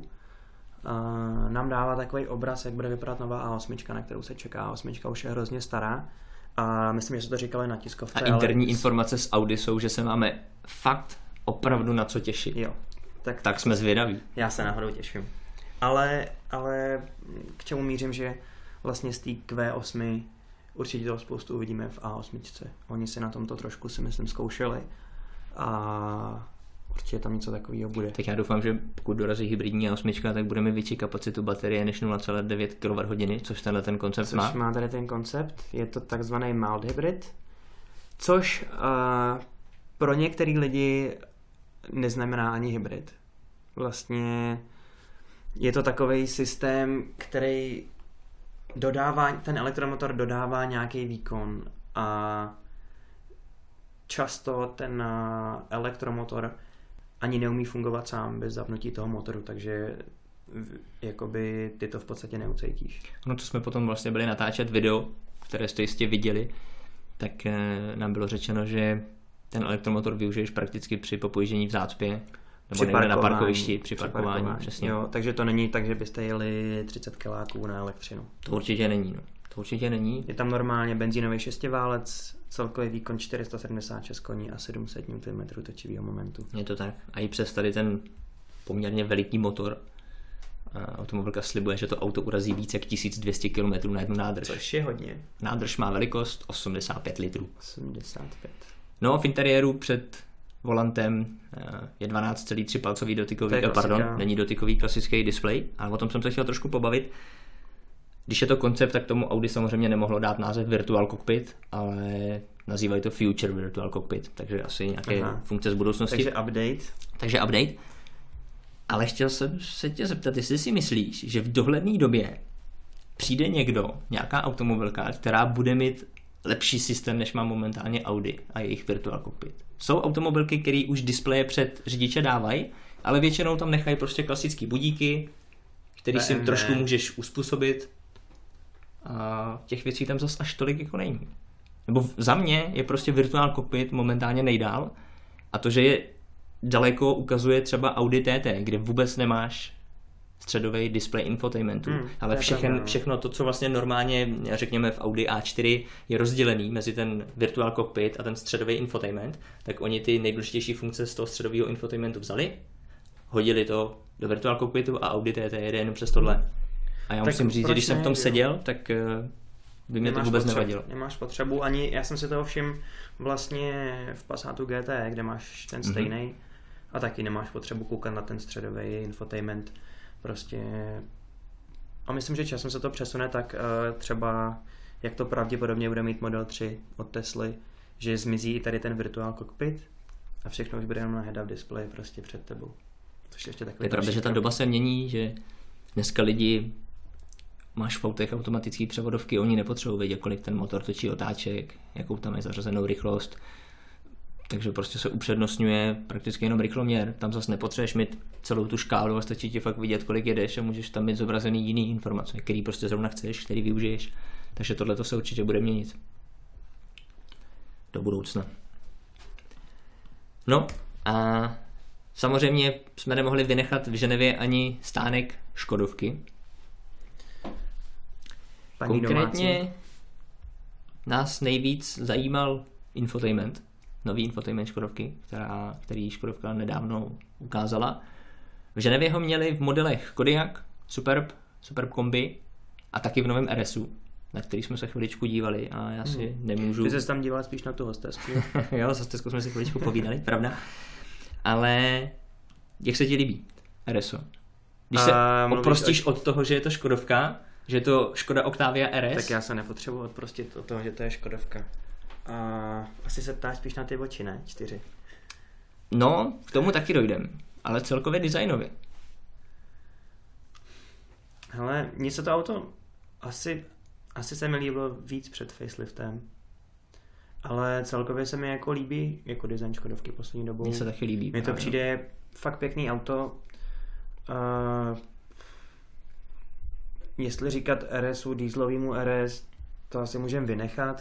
nám dává takový obraz, jak bude vypadat nová A8, na kterou se čeká. A8 už je hrozně stará. A myslím, že se to říkali na tiskovce. A interní informace z Audi jsou, že se máme fakt opravdu na co těšit. Jo. Tak jsme zvědaví. Já se náhodou těším. Ale k čemu mířím, že vlastně z té Q8 určitě toho spoustu uvidíme v A8. Oni si na tomto trošku si myslím zkoušeli a určitě tam něco takového bude. Tak já doufám, že pokud dorazí hybridní A8, tak budeme větší kapacitu baterie než 0,9 kWh, což tenhle ten koncept má. Což má tady ten koncept, je to takzvaný mild hybrid, což pro některý lidi neznamená ani hybrid. Vlastně je to takový systém, který ten elektromotor dodává nějaký výkon a často ten elektromotor ani neumí fungovat sám bez zapnutí toho motoru, takže jakoby ty to v podstatě neucítíš. No to jsme potom vlastně byli natáčet video, které jste jistě viděli, tak nám bylo řečeno, že ten elektromotor využiješ prakticky při popojíždění v zácpě, nebo někde na parkovišti, při parkování. Přesně. Jo, takže to není tak, že byste jeli 30 kiláků na elektřinu. To určitě není, no. To určitě není. Je tam normálně benzínový šestiválec, celkový výkon 476 koní a 700 Nm točivého momentu. Je to tak. A i přes tady ten poměrně veliký motor automobilka slibuje, že to auto urazí více jak 1200 km na jednu nádrž. Což je hodně. Nádrž má velikost 85 litrů. 85. No, v interiéru před volantem je 12,3 palcový dotykový, není dotykový klasický displej, ale o tom jsem se chtěl trošku pobavit. Když je to koncept, tak tomu Audi samozřejmě nemohlo dát název Virtual Cockpit, ale nazývají to Future Virtual Cockpit, takže asi nějaké funkce z budoucnosti. Takže update. Ale chtěl jsem se tě zeptat, jestli si myslíš, že v dohledné době přijde nějaká automobilka, která bude mít lepší systém, než má momentálně Audi a jejich Virtual Cockpit. Jsou automobilky, které už displeje před řidiče dávají, ale většinou tam nechají prostě klasický budíky, který si trošku můžeš uspůsobit. A těch věcí tam zas až tolik jako není. Nebo za mě je prostě Virtual Cockpit momentálně nejdál a to, že je daleko, ukazuje třeba Audi TT, kde vůbec nemáš středový display infotainmentu, ale všechno to, co vlastně normálně, řekněme v Audi A4 je rozdělený mezi ten Virtual Cockpit a ten středový infotainment, tak oni ty nejdůležitější funkce z toho středového infotainmentu vzali, hodili to do Virtual Cockpitu a Audi TT jede jenom přes tohle. A já musím říct, že když jsem v tom seděl, tak by mě to vůbec nevadilo. Nemáš potřebu ani, já jsem si toho všiml vlastně v Passatu GT, kde máš ten stejný a taky nemáš potřebu koukat na ten středový infotainment. Prostě a myslím, že časem se to přesune tak třeba, jak to pravděpodobně bude mít Model 3 od Tesly, že zmizí i tady ten Virtual Cockpit a všechno už bude jenom na head-up displeji prostě před tebou. Což ještě takový je pravda, že ta doba se mění, že dneska lidi máš v autech automatické převodovky, oni nepotřebují vědět, kolik ten motor točí otáček, jakou tam je zařazenou rychlost. Takže prostě se upřednostňuje prakticky jenom rychloměr. Tam zase nepotřebuješ mít celou tu škálu a stačí ti fakt vidět, kolik jedeš a můžeš tam mít zobrazený jiný informace, který prostě zrovna chceš, který využiješ. Takže tohle se určitě bude měnit do budoucna. No a samozřejmě jsme nemohli vynechat v Ženevě ani stánek Škodovky. Konkrétně nás nejvíc zajímal infotainment, nový infotainment Škodovky, který Škodovka nedávno ukázala. V Ženevě ho měli v modelech Kodiaq, Superb Kombi a taky v novém RSu, na který jsme se chviličku dívali a já si nemůžu... Ty jsi tam díval spíš na tu hostesku. Jo, s hosteskou jsme si chviličku povídali, pravda. Ale jak se ti líbí RSo? Když se oprostíš od toho, že je to Škodovka, že je to Škoda Octavia RS. Tak já se nepotřebuji odprostit od toho, že to je Škodovka. Asi se ptáš spíš na ty oči, ne? 4. No, k tomu taky dojdem, ale celkově designově. Hele, mně se to auto asi se mi líbilo víc před faceliftem. Ale celkově se mi jako líbí jako design Škodovky poslední dobou. Mně se taky líbí. Mně to přijde fakt pěkný auto. Jestli říkat RSu, dieselovýmu RS, to asi můžeme vynechat.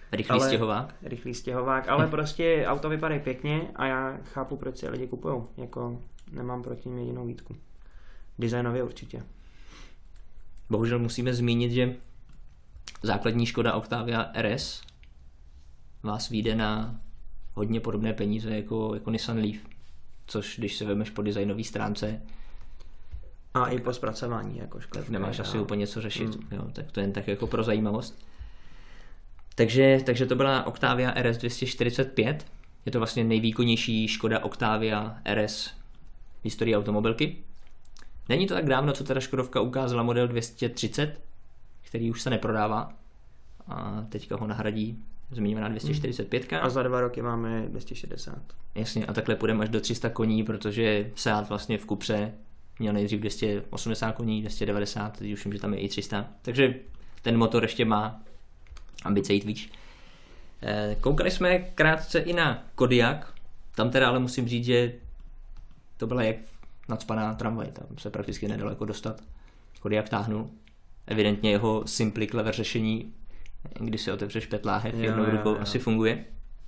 Rychlý stěhovák, ale prostě auto vypadá pěkně a já chápu, proč si lidi kupujou. Jako nemám proti ním jedinou výtku. Designově určitě. Bohužel musíme zmínit, že základní Škoda Octavia RS vás vyjde na hodně podobné peníze jako Nissan Leaf. Což když se vemeš po designové stránce a i po zpracování jako Škodovka. Tak nemáš asi úplně co řešit. Jo, tak to je jen tak jako pro zajímavost. Takže to byla Octavia RS 245. Je to vlastně nejvýkonnější Škoda Octavia RS v historii automobilky. Není to tak dávno, co teda Škodovka ukázala model 230, který už se neprodává. A teďka ho nahradí zmiňovaná 245. A za 2 roky máme 260. Jasně, a takhle půjdeme až do 300 koní, protože Seat vlastně v Cupře měl nejdřív 280 koní, 290, teď už vím, že tam je i 300. Takže ten motor ještě má ambice jít výš. Koukali jsme krátce i na Kodiaq, tam teda ale musím říct, že to byla jak nacpaná tramvaj, tam se prakticky nedalo jako dostat. Kodiaq táhnul. Evidentně jeho simply clever řešení, když si otevřeš pět láhev jednou rukou, asi funguje.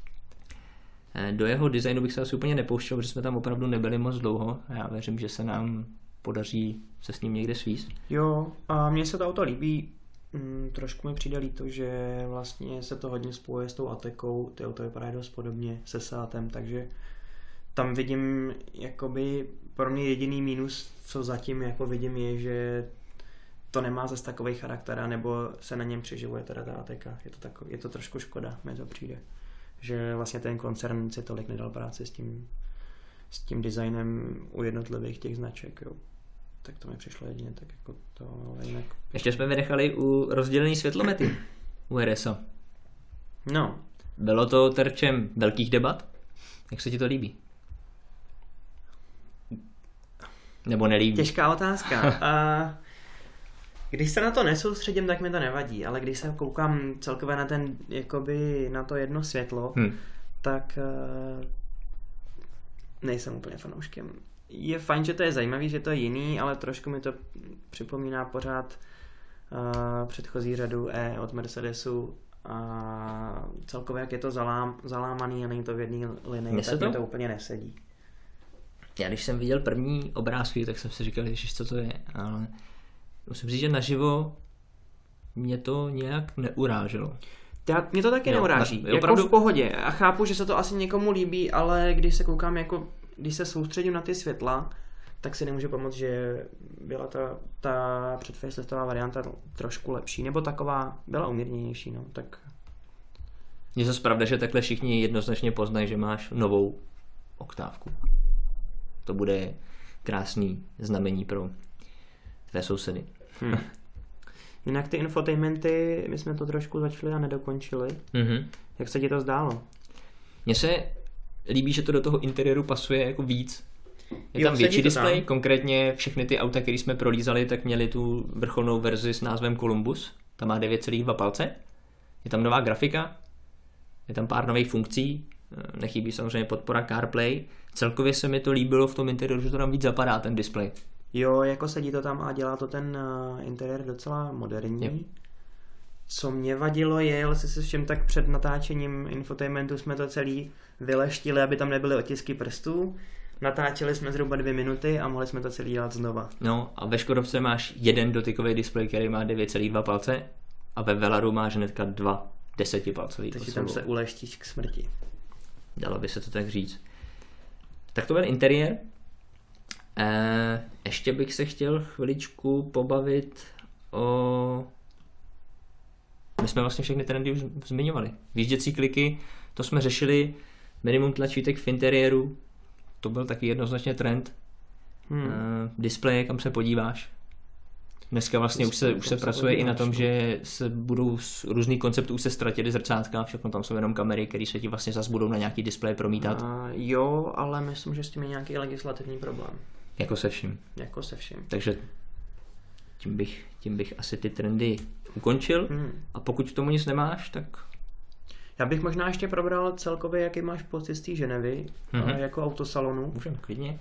Do jeho designu bych se asi úplně nepouštěl, protože jsme tam opravdu nebyli moc dlouho a já věřím, že se nám podaří se s ním někde svízt. Jo, a mně se to auto líbí. Trošku mi přijde líto, že vlastně se to hodně spojuje s tou Atekou, ty auto vypadají dost podobně se Seatem, takže tam vidím, jakoby pro mě jediný mínus, co zatím jako vidím, je, že to nemá zase takový charakter, nebo se na něm přeživuje teda ta Ateka. Je to trošku škoda, mi to přijde. Že vlastně ten koncern si tolik nedal práci s tím designem u jednotlivých těch značek, jo. Tak to mi přišlo jedině tak jako to, ale jinak. Ještě jsme vynechali u rozdělený světlomety u RSa. No. Bylo to terčem velkých debat? Jak se ti to líbí? Nebo nelíbí? Těžká otázka. Když se na to nesoustředím, tak mi to nevadí, ale když se koukám celkově na ten, jakoby na to jedno světlo, tak nejsem úplně fanouškem. Je fajn, že to je zajímavý, že to je jiný, ale trošku mi to připomíná pořád předchozí řadu E od Mercedesu a celkově jak je to zalámaný a není to v jedné linii, tak mi to úplně nesedí. Já když jsem viděl první obrázky, tak jsem si říkal, ježiš, co to je, ale musím říct, že naživo mě to nějak neuráželo. Mě to taky neuráží, jako opravdu v pohodě. A chápu, že se to asi někomu líbí, ale když se koukám, jako když se soustředím na ty světla, tak si nemůžu pomoct, že byla ta předfaceliftová varianta trošku lepší, nebo taková byla umírněnější, no, tak. Je to pravda, že takhle všichni jednoznačně poznají, že máš novou oktávku. To bude krásný znamení pro tvé sousedy. Jinak ty infotainmenty, my jsme to trošku začali a nedokončili. Jak se ti to zdálo? Mně se líbí, že to do toho interiéru pasuje jako víc. Je tam větší displej, konkrétně všechny ty auta, které jsme prolízali, tak měly tu vrcholnou verzi s názvem Columbus. Ta má 9,2 palce. Je tam nová grafika, je tam pár nových funkcí, nechybí samozřejmě podpora CarPlay. Celkově se mi to líbilo v tom interiéru, že to tam víc zapadá, ten displej. Jo, jako sedí to tam a dělá to ten interiér docela moderní. Jo. Co mě vadilo je, jestli si všem, tak před natáčením infotainmentu jsme to celý vyleštili, aby tam nebyly otisky prstů. Natáčeli jsme zhruba 2 minuty a mohli jsme to celý dělat znova. No a ve Škodovce máš jeden dotykový displej, který má 9,2 palce a ve Velaru máš hnedka 2 10palcový. Takže tam se uleštíš k smrti. Dalo by se to tak říct. Tak to byl interiér. Ještě bych se chtěl chviličku pobavit o... My jsme vlastně všechny trendy už zmiňovali. Výjížděcí kliky, to jsme řešili, minimum tlačítek v interiéru, to byl taky jednoznačně trend. Displeje, kam se podíváš. Dneska vlastně už se pracuje i na tom, že se budou různý koncepty, už se ztratily zrcátka, všechno tam jsou jenom kamery, které se ti vlastně zase budou na nějaký displej promítat. Jo, ale myslím, že s tím je nějaký legislativní problém. Jako se vším. Takže tím bych asi ty trendy ukončil. A pokud k tomu nic nemáš, tak... Já bych možná ještě probral celkově, jaký máš pocit z té Ženevy, jako autosalonu. Můžeme, klidně.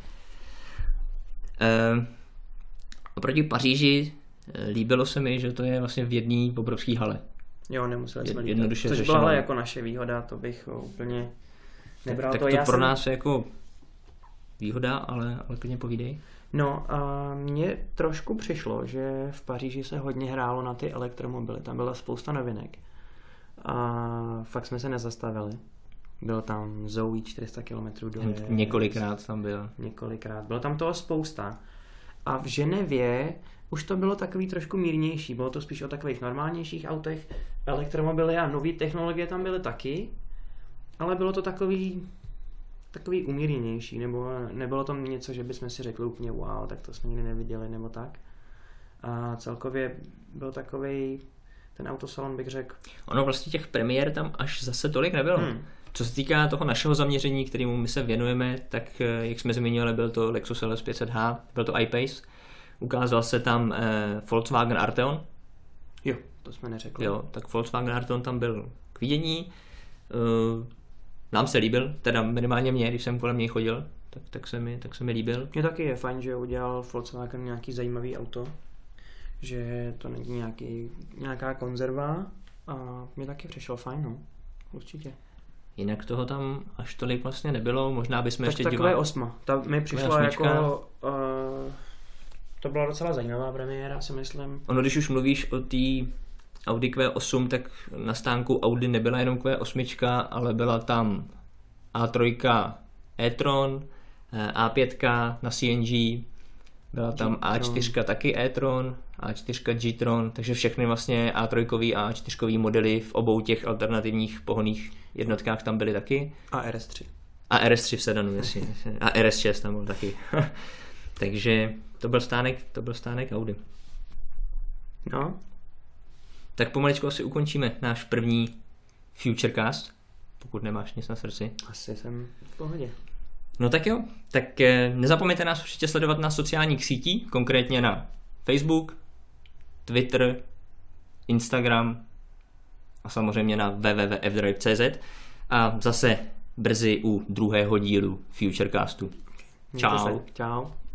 Oproti Paříži líbilo se mi, že to je vlastně v jedné obrovské hale. Jo, nemuseli jsme lítat. Což byla jako naše výhoda, to bych úplně nebral. Tak to pro nás je jako výhoda, ale klidně povídej. No a mně trošku přišlo, že v Paříži se hodně hrálo na ty elektromobily, tam byla spousta novinek a fakt jsme se nezastavili. Byl tam Zoe 400 km dojezd. Několikrát tam byl. Bylo tam toho spousta. A v Ženevě už to bylo takový trošku mírnější, bylo to spíš o takových normálnějších autech, elektromobily a nové technologie tam byly taky, ale bylo to takový umírněnější, nebo nebylo tam něco, že bychom si řekli úplně wow, tak to jsme nikdy neviděli, nebo tak. A celkově byl takovej ten autosalon, bych řekl. Ono vlastně těch premiér tam až zase tolik nebylo. Co se týká toho našeho zaměření, kterému my se věnujeme, tak jak jsme zmínili, byl to Lexus LS 500H, byl to I-Pace, ukázal se tam Volkswagen Arteon. Jo, to jsme neřekli. Jo, tak Volkswagen Arteon tam byl k vidění. Nám se líbil, teda minimálně mě, když jsem kolem něj chodil, tak se mi líbil. Mně taky je fajn, že udělal Volkswagen nějaký zajímavý auto, že to není nějaká konzerva a mně taky přišel fajn, no, určitě. Jinak toho tam až tolik vlastně nebylo, možná bychom ještě dívat. Takové 8. Ta mi přišla jako... to byla docela zajímavá premiéra, si myslím. Ono, když už mluvíš o té Audi Q8, tak na stánku Audi nebyla jenom Q8, ale byla tam A3 e-tron, A5 na CNG, byla tam A4 taky e-tron, A4 G-tron, takže všechny vlastně A3 a A4 modely v obou těch alternativních pohonných jednotkách tam byly taky. A RS3. A RS3 v sedanu, jasně. A RS6 tam byl taky. Takže to byl stánek Audi. No. Tak pomaličku asi ukončíme náš první Futurecast, pokud nemáš nic na srdci. Asi jsem v pohodě. No tak jo, tak nezapomeňte nás určitě sledovat na sociálních sítích, konkrétně na Facebook, Twitter, Instagram a samozřejmě na www.fdrive.cz a zase brzy u druhého dílu Futurecastu. Mějte Čau. se. Čau.